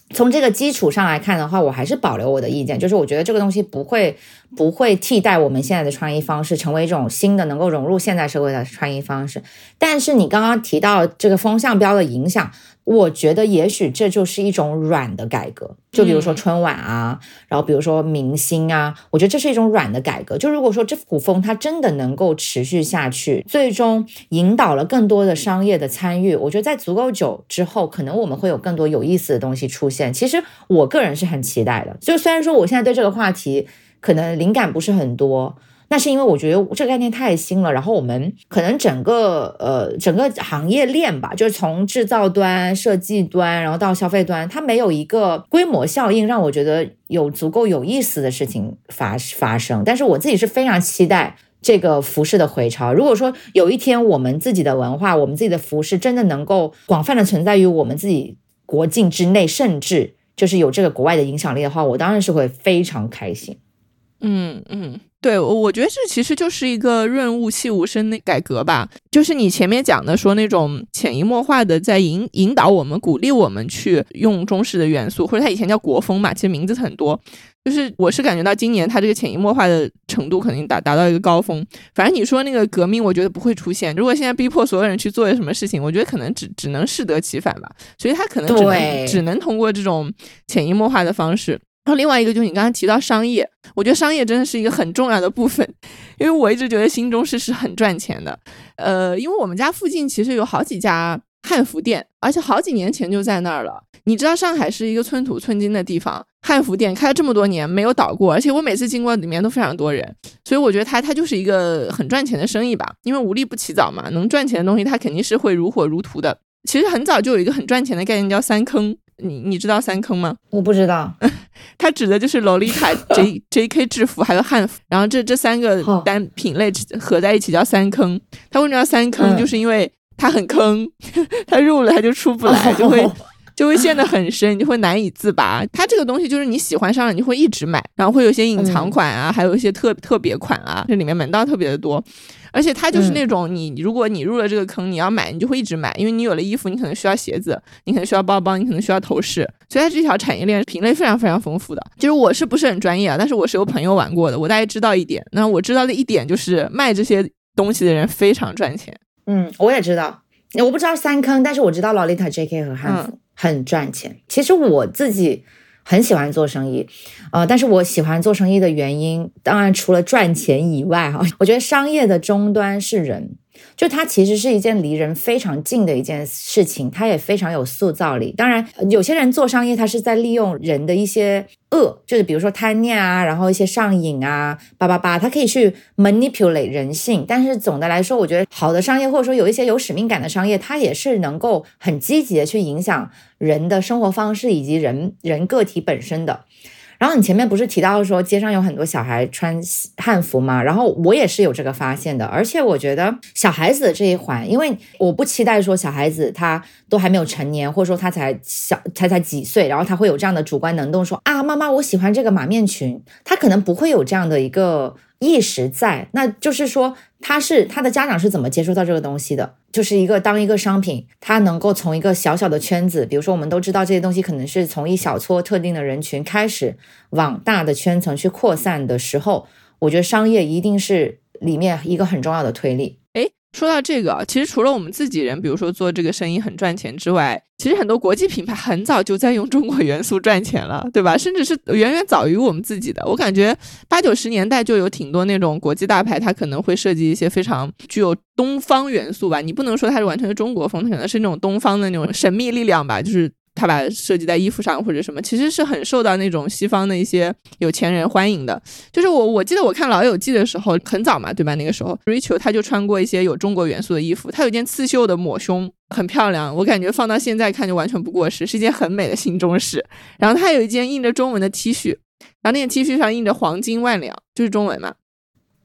从这个基础上来看的话，我还是保留我的意见，就是我觉得这个东西不会不会替代我们现在的穿衣方式，成为一种新的能够融入现代社会的穿衣方式。但是你刚刚提到这个风向标的影响，我觉得也许这就是一种软的改革，就比如说春晚啊、嗯、然后比如说明星啊，我觉得这是一种软的改革。就如果说这股风它真的能够持续下去，最终引导了更多的商业的参与，我觉得在足够久之后，可能我们会有更多有意思的东西出现。其实我个人是很期待的，就虽然说我现在对这个话题可能灵感不是很多，那是因为我觉得这个概念太新了，然后我们可能整个呃整个行业链吧，就是从制造端、设计端，然后到消费端，它没有一个规模效应让我觉得有足够有意思的事情发发生。但是我自己是非常期待这个服饰的回潮。如果说有一天我们自己的文化、我们自己的服饰真的能够广泛的存在于我们自己国境之内，甚至就是有这个国外的影响力的话，我当然是会非常开心。 嗯嗯，对，我觉得这其实就是一个润物细无声的改革吧，就是你前面讲的说那种潜移默化的在引引导我们、鼓励我们去用中式的元素，或者它以前叫国风嘛，其实名字很多。就是我是感觉到今年它这个潜移默化的程度肯定达达到一个高峰。反正你说那个革命，我觉得不会出现。如果现在逼迫所有人去做什么事情，我觉得可能只只能适得其反吧。所以它可能只能只能通过这种潜移默化的方式。然后另外一个就是你刚刚提到商业，我觉得商业真的是一个很重要的部分，因为我一直觉得新中式是很赚钱的。呃，因为我们家附近其实有好几家汉服店，而且好几年前就在那儿了。你知道上海是一个寸土寸金的地方，汉服店开了这么多年没有倒过，而且我每次经过里面都非常多人，所以我觉得它它就是一个很赚钱的生意吧。因为无利不起早嘛，能赚钱的东西它肯定是会如火如荼的。其实很早就有一个很赚钱的概念叫三坑，你你知道三坑吗？ 我不知道。 它指的就是 Lolita J JK 制服还有汉服，然后这这三个单品类合在一起叫三坑。它为什么叫三坑、嗯、就是因为它很坑，它入了它就出不来，就会就会陷得很深，你就会难以自拔。它这个东西就是你喜欢上了你会一直买，然后会有一些隐藏款啊、嗯、还有一些特特别款啊，这里面门道特别的多。而且它就是那种你如果你入了这个坑，你要买你就会一直买，因为你有了衣服，你可能需要鞋子，你可能需要包包，你可能需要头饰，所以它这条产业链品类非常非常丰富的。就是我是不是很专业啊，但是我是有朋友玩过的，我大概知道一点。那我知道的一点就是卖这些东西的人非常赚钱。 嗯，我也知道，我不知道三坑，但是我知道 Lolita J K 和汉服、嗯、很赚钱。其实我自己很喜欢做生意，呃，但是我喜欢做生意的原因，当然除了赚钱以外哈，我觉得商业的终端是人，就它其实是一件离人非常近的一件事情，它也非常有塑造力。当然有些人做商业他是在利用人的一些恶，就是比如说贪念啊，然后一些上瘾啊，叭叭叭，他可以去 manipulate 人性。但是总的来说，我觉得好的商业或者说有一些有使命感的商业，它也是能够很积极的去影响人的生活方式以及人人个体本身的。然后你前面不是提到说街上有很多小孩穿汉服吗？然后我也是有这个发现的，而且我觉得小孩子的这一环，因为我不期待说小孩子他都还没有成年，或者说他才小才才几岁，然后他会有这样的主观能动说啊妈妈我喜欢这个马面裙，他可能不会有这样的一个意识在。那就是说他是他的家长是怎么接触到这个东西的，就是一个当一个商品他能够从一个小小的圈子，比如说我们都知道这些东西可能是从一小撮特定的人群开始往大的圈层去扩散的时候，我觉得商业一定是里面一个很重要的推力。 诶，说到这个，其实除了我们自己人比如说做这个生意很赚钱之外，其实很多国际品牌很早就在用中国元素赚钱了，对吧？甚至是远远早于我们自己的。我感觉八九十年代就有挺多那种国际大牌，它可能会设计一些非常具有东方元素吧，你不能说它是完全是中国风，它可能是那种东方的那种神秘力量吧，就是他把它设计在衣服上或者什么，其实是很受到那种西方的一些有钱人欢迎的。就是我我记得我看老友记的时候很早嘛，对吧？那个时候 Rachel 他就穿过一些有中国元素的衣服，他有一件刺绣的抹胸很漂亮，我感觉放到现在看就完全不过时，是一件很美的新中式。然后他有一件印着中文的 T 恤，然后那件 T 恤上印着黄金万两，就是中文嘛。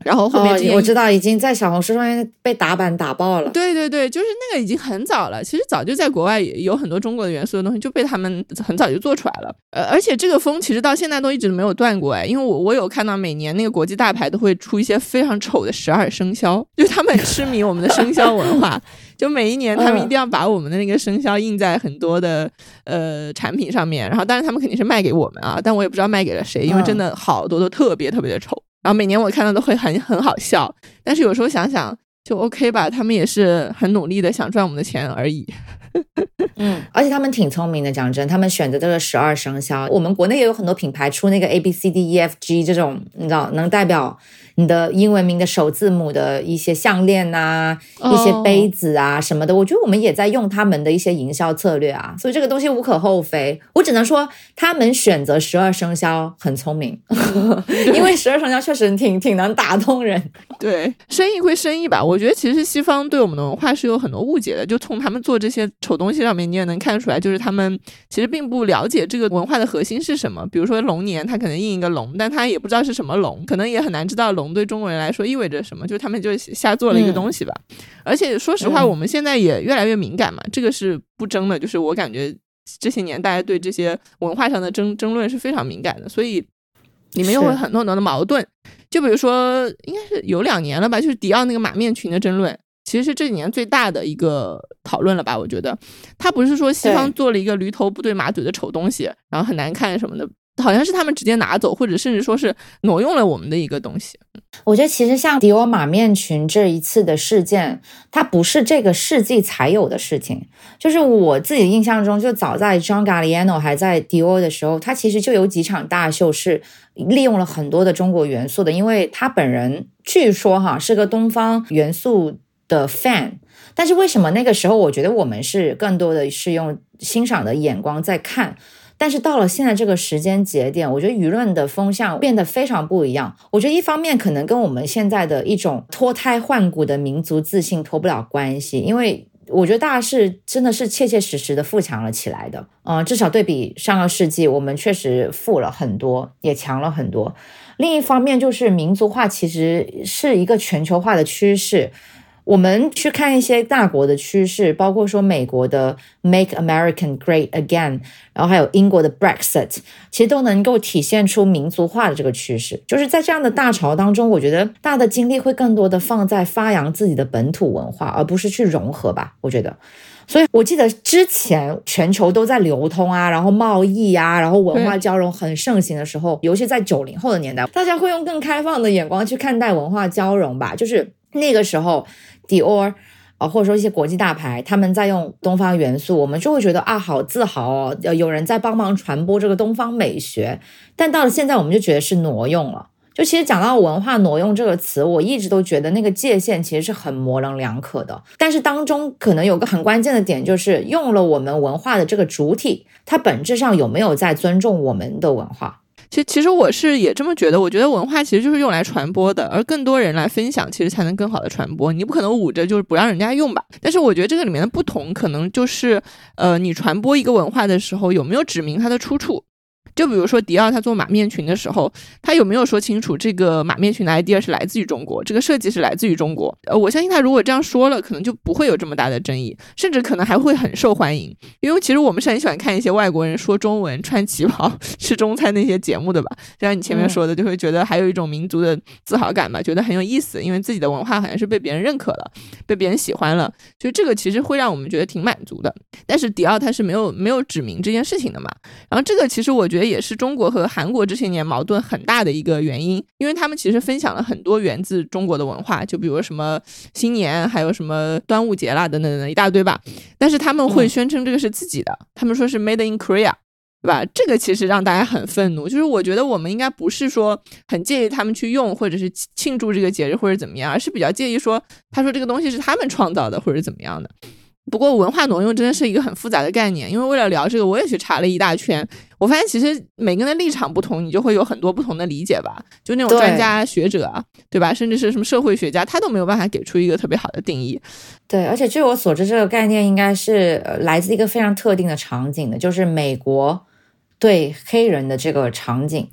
然后后面、 哦、我知道已经在小红书上面被打版打爆了。 对对对，就是那个已经很早了，其实早就在国外有很多中国的元素的东西就被他们很早就做出来了。呃，而且这个风其实到现在都一直没有断过哎，因为我我有看到每年那个国际大牌都会出一些非常丑的十二生肖，就他们很痴迷我们的生肖文化就每一年他们一定要把我们的那个生肖印在很多的呃产品上面，然后当然他们肯定是卖给我们啊，但我也不知道卖给了谁，因为真的好多都特别特别的丑，然后每年我看到都会很很好笑，但是有时候想想就 OK 吧，他们也是很努力的想赚我们的钱而已。 嗯，而且他们挺聪明的，讲真，他们选择这个十二生肖，我们国内也有很多品牌出那个 A B C D E F G 这种，你知道能代表你的英文名的首字母的一些项链啊、oh. 一些杯子啊什么的，我觉得我们也在用他们的一些营销策略啊，所以这个东西无可厚非。我只能说他们选择十二生肖很聪明因为十二生肖确实挺挺能打动人。 对，生意归生意吧，我觉得其实西方对我们的文化是有很多误解的，就从他们做这些丑东西上面你也能看出来，就是他们其实并不了解这个文化的核心是什么。比如说龙年他可能印一个龙，但他也不知道是什么龙，可能也很难知道龙对中国人来说意味着什么，就他们就瞎做了一个东西吧、嗯、而且说实话、嗯、我们现在也越来越敏感嘛，这个是不争的，就是我感觉这些年大家对这些文化上的争争论是非常敏感的，所以里面又会很多很多的矛盾。就比如说应该是有两年了吧，就是迪奥那个马面裙的争论，其实是这几年最大的一个讨论了吧。我觉得他不是说西方做了一个驴头不对马嘴的丑东西然后很难看什么的，好像是他们直接拿走或者甚至说是挪用了我们的一个东西。 我觉得其实像迪奥马面裙这一次的事件，它不是这个世纪才有的事情，就是我自己印象中就早在 John Galliano 还在迪奥的时候，他其实就有几场大秀是利用了很多的中国元素的，因为他本人据说哈是个东方元素的 fan， 但是为什么那个时候我觉得我们是更多的是用欣赏的眼光在看，但是到了现在这个时间节点，我觉得舆论的风向变得非常不一样。我觉得一方面可能跟我们现在的一种脱胎换骨的民族自信脱不了关系，因为我觉得大家是真的是切切实实的富强了起来的，嗯，至少对比上个世纪我们确实富了很多，也强了很多。另一方面就是民族化其实是一个全球化的趋势，我们去看一些大国的趋势，包括说美国的 Make American Great Again， 然后还有英国的 Brexit， 其实都能够体现出民族化的这个趋势。就是在这样的大潮当中，我觉得大家的精力会更多的放在发扬自己的本土文化，而不是去融合吧，我觉得。所以我记得之前全球都在流通啊，然后贸易啊，然后文化交融很盛行的时候，尤其在九零后的年代，大家会用更开放的眼光去看待文化交融吧。就是那个时候Dior、呃、或者说一些国际大牌他们在用东方元素，我们就会觉得啊好自豪哦，有人在帮忙传播这个东方美学。但到了现在我们就觉得是挪用了。就其实讲到文化挪用这个词，我一直都觉得那个界限其实是很模棱两可的，但是当中可能有个很关键的点，就是用了我们文化的这个主体，它本质上有没有在尊重我们的文化。 其实，其实我是也这么觉得，我觉得文化其实就是用来传播的，而更多人来分享，其实才能更好的传播。你不可能捂着就是不让人家用吧？但是我觉得这个里面的不同，可能就是，呃，你传播一个文化的时候，有没有指明它的出处？就比如说迪奥他做马面裙的时候，他有没有说清楚这个马面裙的 idea 是来自于中国，这个设计是来自于中国？呃，我相信他如果这样说了，可能就不会有这么大的争议，甚至可能还会很受欢迎。因为其实我们是很喜欢看一些外国人说中文、穿旗袍、吃中餐那些节目的吧，就像你前面说的，就会觉得还有一种民族的自豪感吧，觉得很有意思，因为自己的文化好像是被别人认可了，被别人喜欢了，就这个其实会让我们觉得挺满足的。但是迪奥他是没有没有指明这件事情的嘛，然后这个其实我觉得也是中国和韩国这些年矛盾很大的一个原因，因为他们其实分享了很多源自中国的文化，就比如什么新年还有什么端午节啦等等等等一大堆吧，但是他们会宣称这个是自己的、嗯、他们说是 made in Korea， 对吧？这个其实让大家很愤怒，就是我觉得我们应该不是说很介意他们去用或者是庆祝这个节日或者怎么样，而是比较介意说他说这个东西是他们创造的或者怎么样的。不过文化挪用真的是一个很复杂的概念，因为为了聊这个我也去查了一大圈，我发现其实每个人的立场不同，你就会有很多不同的理解吧，就那种专家学者啊， 对, 对吧，甚至是什么社会学家，他都没有办法给出一个特别好的定义。 对，而且据我所知这个概念应该是、呃、来自一个非常特定的场景的，就是美国对黑人的这个场景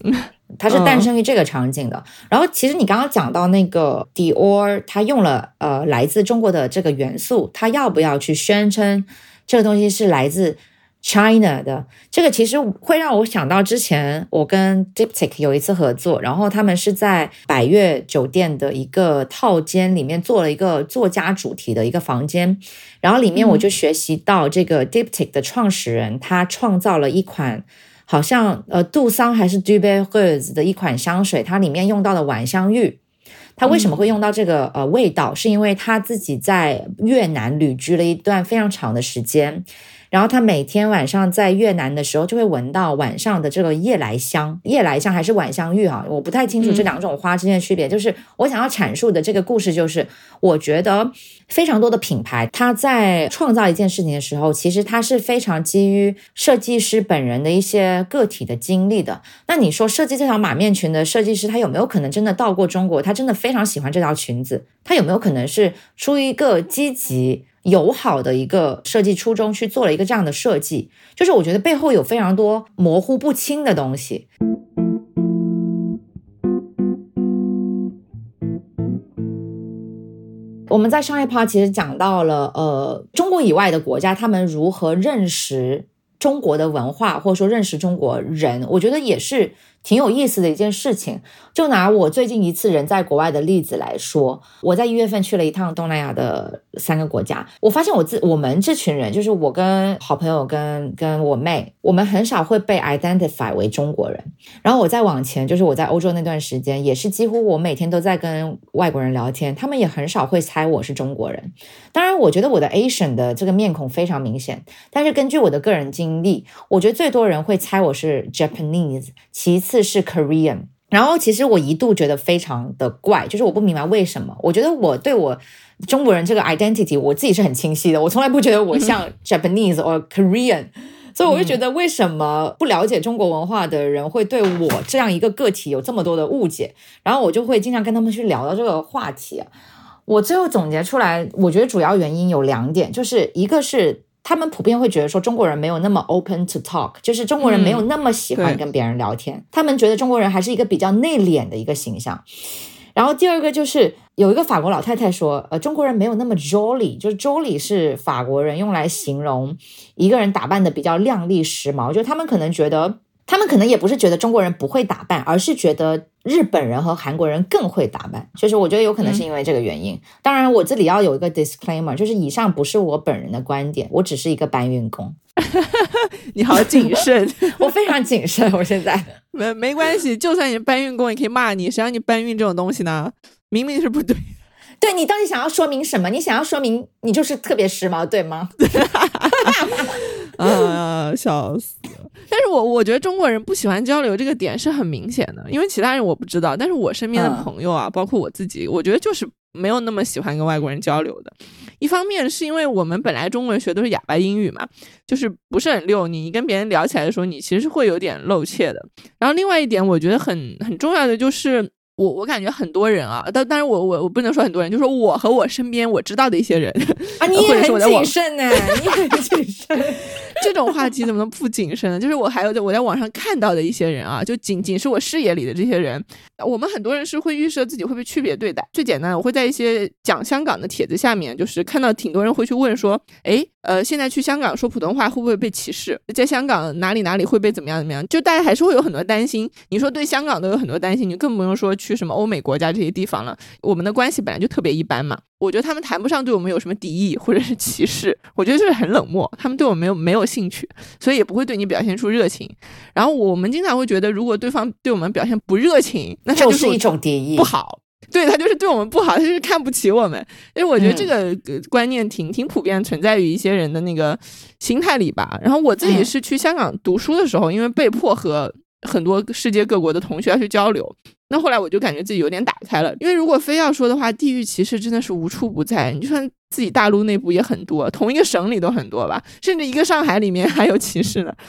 它是诞生于这个场景的。嗯、然后其实你刚刚讲到那个 Dior， 它用了呃来自中国的这个元素，它要不要去宣称这个东西是来自 China 的，这个其实会让我想到之前我跟 Diptyque 有一次合作，然后他们是在百悦酒店的一个套间里面做了一个作家主题的一个房间，然后里面我就学习到这个 Diptyque 的创始人他创造了一款好像呃杜桑还是 Duberreuse 的一款香水，它里面用到的晚香玉。他为什么会用到这个呃味道，是因为他自己在越南旅居了一段非常长的时间，然后他每天晚上在越南的时候就会闻到晚上的这个夜来香，夜来香还是晚香玉啊，我不太清楚这两种花之间的区别、嗯、就是我想要阐述的这个故事就是我觉得非常多的品牌它在创造一件事情的时候，其实它是非常基于设计师本人的一些个体的经历的。那你说设计这条马面裙的设计师他有没有可能真的到过中国，他真的非常喜欢这条裙子，他有没有可能是出于一个积极友好的一个设计初衷去做了一个这样的设计，就是我觉得背后有非常多模糊不清的东西。我们在上一 part 其实讲到了呃，中国以外的国家他们如何认识中国的文化，或者说认识中国人，我觉得也是挺有意思的一件事情。就拿我最近一次人在国外的例子来说，我在一月份去了一趟东南亚的三个国家，我发现我自我们这群人，就是我跟好朋友跟跟我妹，我们很少会被 identify 为中国人。然后我再往前，就是我在欧洲那段时间，也是几乎我每天都在跟外国人聊天，他们也很少会猜我是中国人。当然我觉得我的 Asian 的这个面孔非常明显，但是根据我的个人经历，我觉得最多人会猜我是 Japanese， 其次是 Korean。 然后其实我一度觉得非常的怪，就是我不明白为什么，我觉得我对我中国人这个 identity 我自己是很清晰的，我从来不觉得我像 Japanese or Korean， 所以我就觉得为什么不了解中国文化的人会对我这样一个个体有这么多的误解，然后我就会经常跟他们去聊到这个话题。我最后总结出来，我觉得主要原因有两点，就是一个是他们普遍会觉得说中国人没有那么 open to talk， 就是中国人没有那么喜欢跟别人聊天、嗯、他们觉得中国人还是一个比较内敛的一个形象。然后第二个就是有一个法国老太太说呃，中国人没有那么 jolly， 就是 jolly 是法国人用来形容一个人打扮的比较靓丽时髦，就他们可能觉得他们可能也不是觉得中国人不会打扮，而是觉得日本人和韩国人更会打扮，就是我觉得有可能是因为这个原因、嗯、当然我这里要有一个 disclaimer， 就是以上不是我本人的观点，我只是一个搬运工。 你好谨慎。 我非常谨慎，我现在没没关系，就算你搬运工也可以骂你，谁让你搬运这种东西呢？明明是不对。 对，你到底想要说明什么？你想要说明你就是特别时髦对吗？ 啊，笑死了。但是我我觉得中国人不喜欢交流这个点是很明显的，因为其他人我不知道，但是我身边的朋友啊、嗯、包括我自己，我觉得就是没有那么喜欢跟外国人交流的。一方面是因为我们本来中文学都是哑巴英语嘛，就是不是很溜，你跟别人聊起来的时候你其实是会有点露怯的。然后另外一点我觉得很很重要的就是我我感觉很多人啊，但但是我我我不能说很多人，就是说我和我身边我知道的一些人啊，你也很谨慎呢，你也很谨慎。 这种话题怎么能不谨慎呢？就是我还有在我在网上看到的一些人啊，就仅仅是我视野里的这些人，我们很多人是会预设自己会被区别对待。最简单的，我会在一些讲香港的帖子下面，就是看到挺多人会去问说，诶呃，现在去香港说普通话会不会被歧视？在香港哪里哪里会被怎么样怎么样？就大家还是会有很多担心。你说对香港都有很多担心，你更不用说去什么欧美国家这些地方了。我们的关系本来就特别一般嘛，我觉得他们谈不上对我们有什么敌意或者是歧视，我觉得就是很冷漠，他们对我没有没有兴趣，所以也不会对你表现出热情。然后我们经常会觉得，如果对方对我们表现不热情，那他就是一种敌意， 不好。对，他就是对我们不好，他就是看不起我们。因为我觉得这个观念挺挺普遍存在于一些人的那个心态里吧。然后我自己是去香港读书的时候，因为被迫和很多世界各国的同学要去交流，那后来我就感觉自己有点打开了。因为如果非要说的话，地域歧视真的是无处不在，你就算自己大陆内部也很多，同一个省里都很多吧，甚至一个上海里面还有歧视呢。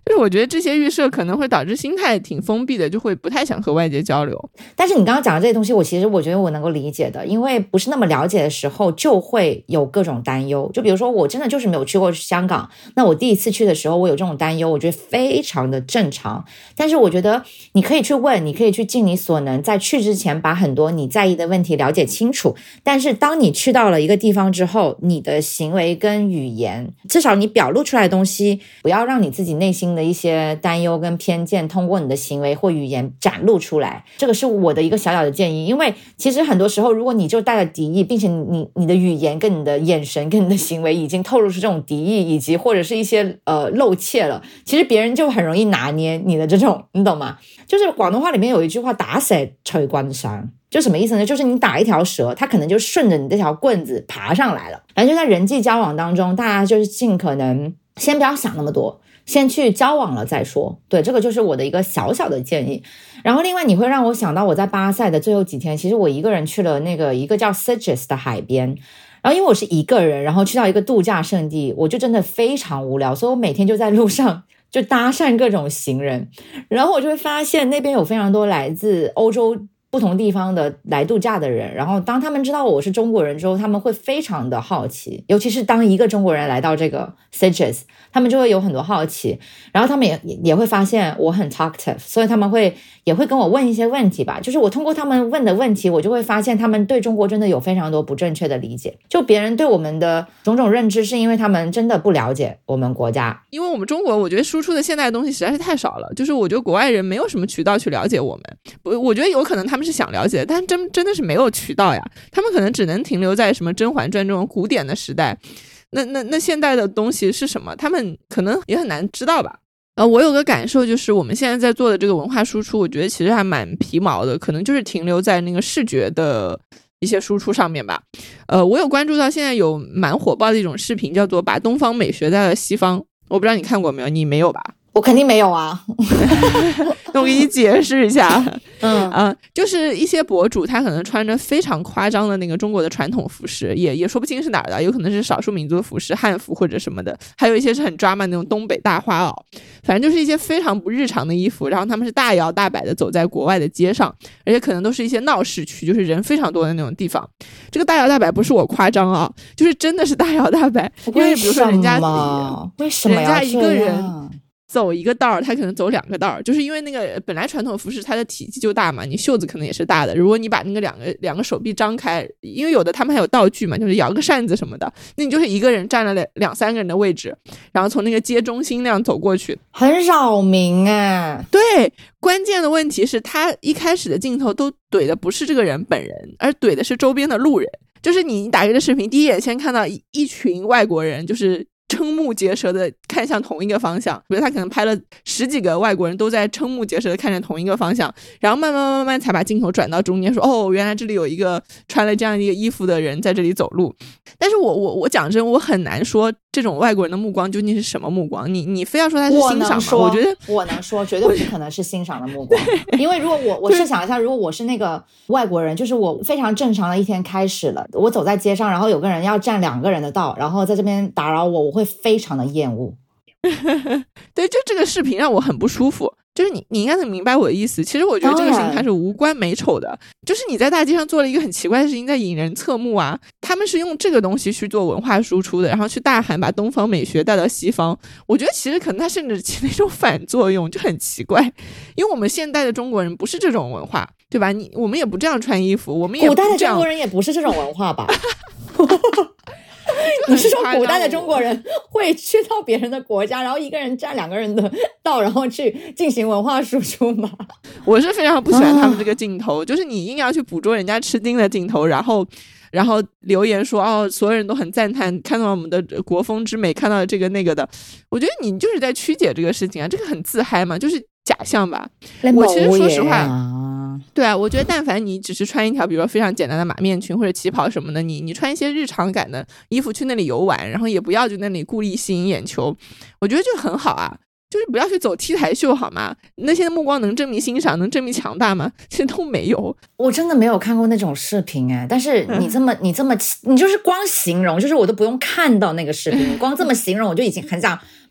就是我觉得这些预设可能会导致心态挺封闭的，就会不太想和外界交流。 但是你刚刚讲的这些东西，我其实我觉得我能够理解的，因为不是那么了解的时候就会有各种担忧。就比如说我真的就是没有去过香港，那我第一次去的时候我有这种担忧，我觉得非常的正常。但是我觉得你可以去问，你可以去尽你所能，在去之前把很多你在意的问题了解清楚。但是当你去到了一个地方之后，你的行为跟语言，至少你表露出来的东西，不要让你自己内心的一些担忧跟偏见通过你的行为或语言展露出来。这个是我的一个小小的建议。因为其实很多时候如果你就带了敌意，并且你你的语言跟你的眼神跟你的行为已经透露出这种敌意，以及或者是一些呃露怯了，其实别人就很容易拿捏你的这种，你懂吗？就是广东话里面有一句话，打蛇隨棍上，就什么意思呢？就是你打一条蛇，它可能就顺着你这条棍子爬上来了。反正就在人际交往当中，大家就是尽可能先不要想那么多，先去交往了再说。对，这个就是我的一个小小的建议。然后另外你会让我想到我在巴塞的最后几天，其实我一个人去了那个一个叫 Sitges 的海边。然后因为我是一个人，然后去到一个度假胜地，我就真的非常无聊，所以我每天就在路上就搭讪各种行人。然后我就会发现那边有非常多来自欧洲不同地方的来度假的人，然后当他们知道我是中国人之后，他们会非常的好奇，尤其是当一个中国人来到这个 Sitges， 他们就会有很多好奇，然后他们也也会发现我很 talkative， 所以他们会也会跟我问一些问题吧。就是我通过他们问的问题，我就会发现他们对中国真的有非常多不正确的理解，就别人对我们的种种认知是因为他们真的不了解我们国家。 因为我们中国我觉得输出的现代的东西实在是太少了，就是我觉得国外人没有什么渠道去了解我们。我觉得有可能他们是想了解，但真真的是没有渠道呀，他们可能只能停留在什么甄嬛传这种古典的时代。那那那现代的东西是什么，他们可能也很难知道吧。呃，我有个感受，就是我们现在在做的这个文化输出，我觉得其实还蛮皮毛的，可能就是停留在那个视觉的一些输出上面吧。呃，我有关注到现在有蛮火爆的一种视频，叫做把东方美学带到西方，我不知道你看过没有，你没有吧？ 我肯定没有啊。 那我给你解释一下。 嗯啊、呃，就是一些博主他可能穿着非常夸张的那个中国的传统服饰，也也说不清是哪儿的，有可能是少数民族的服饰，汉服或者什么的，还有一些是很抓马那种东北大花袄，反正就是一些非常不日常的衣服，然后他们是大摇大摆的走在国外的街上，而且可能都是一些闹市区，就是人非常多的那种地方。这个大摇大摆不是我夸张啊，就是真的是大摇大摆。因为比如说人家为什么人家一个人走一个道儿，他可能走两个道儿，就是因为那个本来传统服饰它的体积就大嘛，你袖子可能也是大的，如果你把那个两个两个手臂张开，因为有的他们还有道具嘛，就是摇个扇子什么的，那你就是一个人占了两两三个人的位置，然后从那个街中心那样走过去， 很扰民哎。 对，关键的问题是他一开始的镜头都怼的不是这个人本人，而怼的是周边的路人。就是你打开这视频，第一眼先看到 一, 一群外国人，就是瞠目结舌的看向同一个方向，比如他可能拍了十几个外国人都在瞠目结舌的看着同一个方向，然后慢慢慢慢才把镜头转到中间，说哦，原来这里有一个穿了这样一个衣服的人在这里走路。但是我我我讲真，我很难说这种外国人的目光究竟是什么目光，你你非要说他是欣赏吗？我觉得我能说绝对不可能是欣赏的目光。因为如果我我设想一下，如果我是那个外国人，就是我非常正常的一天开始了，我走在街上，然后有个人要占两个人的道，然后在这边打扰我，我会非常的厌恶。 对，就这个视频让我很不舒服。就是你你应该能明白我的意思，其实我觉得这个事情它是无关美丑的，就是你在大街上做了一个很奇怪的事情，在引人侧目啊。他们是用这个东西去做文化输出的，然后去大喊把东方美学带到西方，我觉得其实可能它甚至起了一种反作用，就很奇怪。因为我们现代的中国人不是这种文化，对吧？你我们也不这样穿衣服，我们也不这样， 古代的中国人也不是这种文化吧。你是说古代的中国人会去到别人的国家，然后一个人占两个人的道，然后去进行文化输出吗？ 我是非常不喜欢他们这个镜头、啊、就是你硬要去捕捉人家吃惊的镜头，然后然后留言说哦，所有人都很赞叹看到我们的国风之美，看到这个那个的。我觉得你就是在曲解这个事情啊，这个很自嗨嘛，就是假象吧。我其实说实话，对啊，我觉得但凡你只是穿一条比如说非常简单的马面裙或者旗袍什么的，你你穿一些日常感的衣服去那里游玩，然后也不要就那里故意吸引眼球，我觉得就很好啊。就是不要去走 T 台秀好吗？那些目光能证明欣赏，能证明强大吗？其实都没有。 我真的没有看过那种视频哎，但是你这么、嗯、你这么你就是光形容，就是我都不用看到那个视频，你光这么形容我就已经很想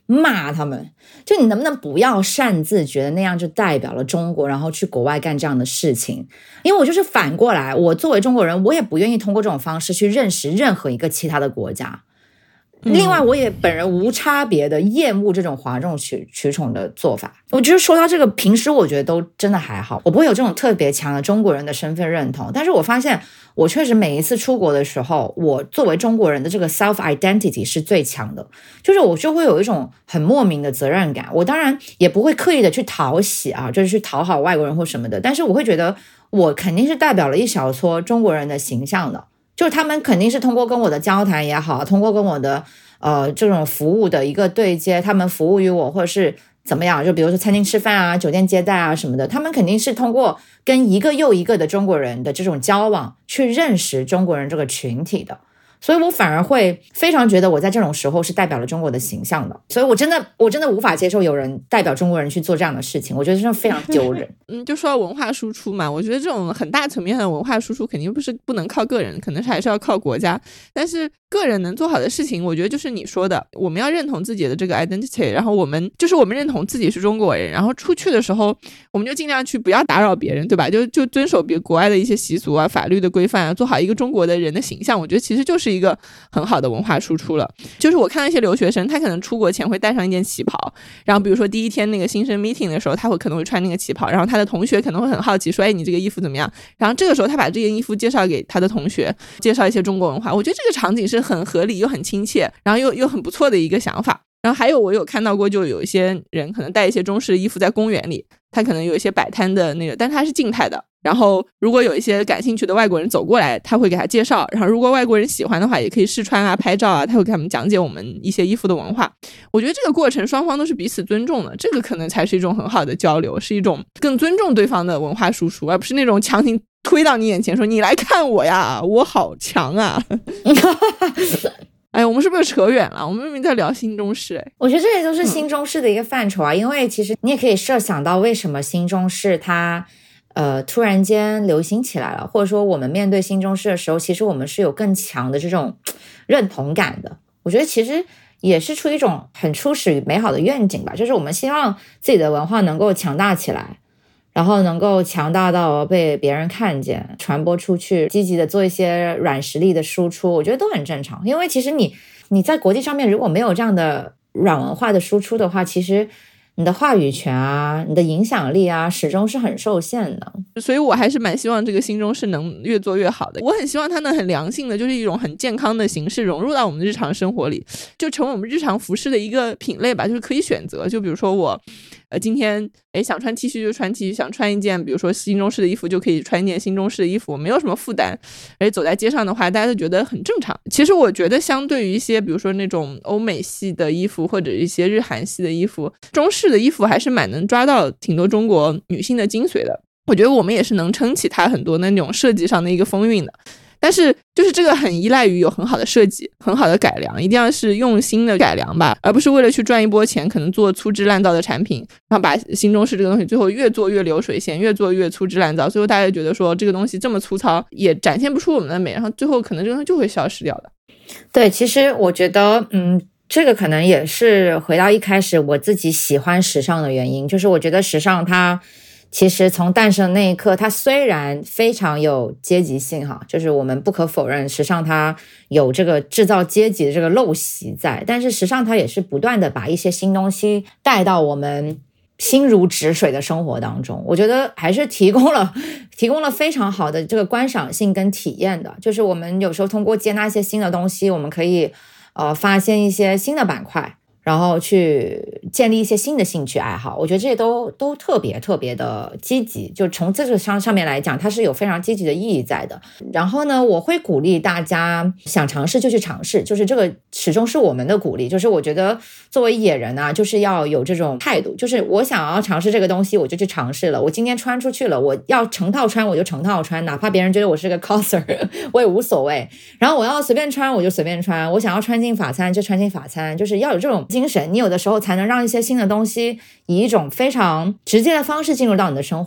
骂他们，就你能不能不要擅自觉得那样就代表了中国，然后去国外干这样的事情。因为我就是反过来，我作为中国人，我也不愿意通过这种方式去认识任何一个其他的国家。另外我也本人无差别的厌恶这种哗众取取宠的做法。我觉得说到这个，平时我觉得都真的还好，我不会有这种特别强的中国人的身份认同，但是我发现我确实每一次出国的时候，我作为中国人的这个 self identity 是最强的，就是我就会有一种很莫名的责任感。我当然也不会刻意的去讨喜啊，就是去讨好外国人或什么的，但是我会觉得我肯定是代表了一小撮中国人的形象的，就是他们肯定是通过跟我的交谈也好，通过跟我的呃这种服务的一个对接，他们服务于我或者是怎么样，就比如说餐厅吃饭啊，酒店接待啊什么的，他们肯定是通过跟一个又一个的中国人的这种交往去认识中国人这个群体的。所以我反而会非常觉得我在这种时候是代表了中国的形象的，所以我真的我真的无法接受有人代表中国人去做这样的事情，我觉得真的非常丢人。 嗯，就说到文化输出嘛，我觉得这种很大层面的文化输出肯定不是不能靠个人，可能是还是要靠国家。但是个人能做好的事情，我觉得就是你说的，我们要认同自己的这个 identity， 然后我们就是我们认同自己是中国人，然后出去的时候我们就尽量去不要打扰别人，对吧？就就遵守别国外的一些习俗啊、法律的规范啊，做好一个中国的人的形象，我觉得其实就是一个很好的文化输出了。就是我看到一些留学生，他可能出国前会带上一件旗袍，然后比如说第一天那个新生 meeting 的时候，他会可能会穿那个旗袍，然后他的同学可能会很好奇说，哎，你这个衣服怎么样？然后这个时候他把这件衣服介绍给他的同学，介绍一些中国文化，我觉得这个场景是很合理又很亲切，然后又又很不错的一个想法。然后还有我有看到过，就有一些人可能带一些中式的衣服在公园里，他可能有一些摆摊的那个，但他是静态的，然后如果有一些感兴趣的外国人走过来，他会给他介绍，然后如果外国人喜欢的话也可以试穿啊、拍照啊，他会给他们讲解我们一些衣服的文化。我觉得这个过程双方都是彼此尊重的，这个可能才是一种很好的交流，是一种更尊重对方的文化输出，而不是那种强行推到你眼前说你来看我呀，我好强啊。哎，我们是不是扯远了？我们明明在聊新中式。哎， 我觉得这也都是新中式的一个范畴啊、嗯、因为其实你也可以设想到为什么新中式它呃突然间流行起来了，或者说我们面对新中式的时候，其实我们是有更强的这种认同感的。我觉得其实也是出于一种很初始与美好的愿景吧，就是我们希望自己的文化能够强大起来，然后能够强大到被别人看见，传播出去，积极的做一些软实力的输出，我觉得都很正常。因为其实你你在国际上面如果没有这样的软文化的输出的话，其实你的话语权啊，你的影响力啊，始终是很受限的。 所以我还是蛮希望这个新中式能越做越好的。我很希望它能很良性的，就是一种很健康的形式融入到我们的日常生活里，就成为我们日常服饰的一个品类吧，就是可以选择。就比如说我呃，今天诶想穿 T 恤就穿 T 恤，想穿一件比如说新中式的衣服就可以穿一件新中式的衣服，我没有什么负担，而且走在街上的话大家都觉得很正常。其实我觉得相对于一些比如说那种欧美系的衣服或者一些日韩系的衣服，中式的衣服还是蛮能抓到挺多中国女性的精髓的。我觉得我们也是能撑起它很多那种设计上的一个风韵的，但是就是这个很依赖于有很好的设计，很好的改良，一定要是用心的改良吧，而不是为了去赚一波钱可能做粗制滥造的产品，然后把新中式这个东西最后越做越流水线，越做越粗制滥造，最后大家觉得说这个东西这么粗糙也展现不出我们的美，然后最后可能这个东西就会消失掉的。 对，其实我觉得嗯，这个可能也是回到一开始我自己喜欢时尚的原因，就是我觉得时尚它其实从诞生那一刻，它虽然非常有阶级性哈，就是我们不可否认时尚它有这个制造阶级的这个陋习在，但是时尚它也是不断的把一些新东西带到我们心如止水的生活当中，我觉得还是提供了提供了非常好的这个观赏性跟体验的。就是我们有时候通过接纳一些新的东西，我们可以呃发现一些新的板块，然后去建立一些新的兴趣爱好，我觉得这些都都特别特别的积极，就从这个上上面来讲，它是有非常积极的意义在的。然后呢，我会鼓励大家想尝试就去尝试，就是这个始终是我们的鼓励，就是我觉得作为野人啊，就是要有这种态度，就是我想要尝试这个东西，我就去尝试了，我今天穿出去了，我要成套穿我就成套穿，哪怕别人觉得我是个 coser 我也无所谓，然后我要随便穿我就随便穿，我想要穿进法餐就穿进法餐，就是要有这种精神，你有的时候才能让一些新的东西以一种非常直接的方式进入到你的生活吧。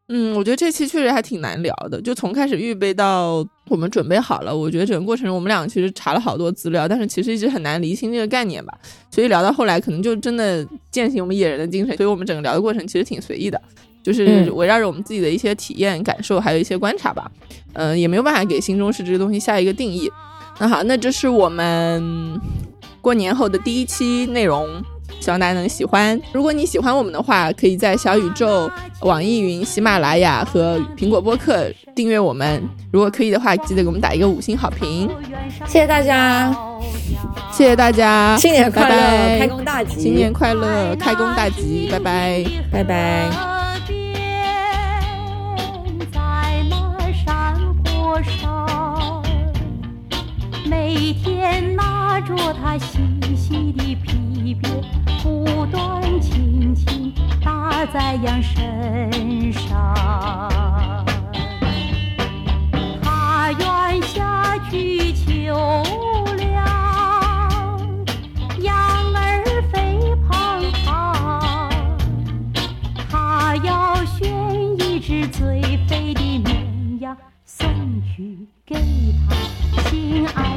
嗯，我觉得这期确实还挺难聊的，就从开始预备到我们准备好了，我觉得整个过程中我们俩其实查了好多资料，但是其实一直很难厘清这个概念吧，所以聊到后来可能就真的践行我们野人的精神，所以我们整个聊的过程其实挺随意的，就是围绕着我们自己的一些体验感受还有一些观察吧，嗯、呃，也没有办法给新中式这个东西下一个定义。那好，那这是我们过年后的第一期内容，希望大家能喜欢。如果你喜欢我们的话，可以在小宇宙、网易云、喜马拉雅和苹果播客订阅我们，如果可以的话记得给我们打一个五星好评。 谢谢大家， 谢谢大家， 新年快乐， 拜拜， 开工大吉， 新年快乐，开工大吉，拜拜， 拜拜。 每天拿着它细细的皮鞭，不断轻轻打在羊身上。他愿下去求粮，羊儿肥胖胖，他要选一只最肥的绵羊送去给他心爱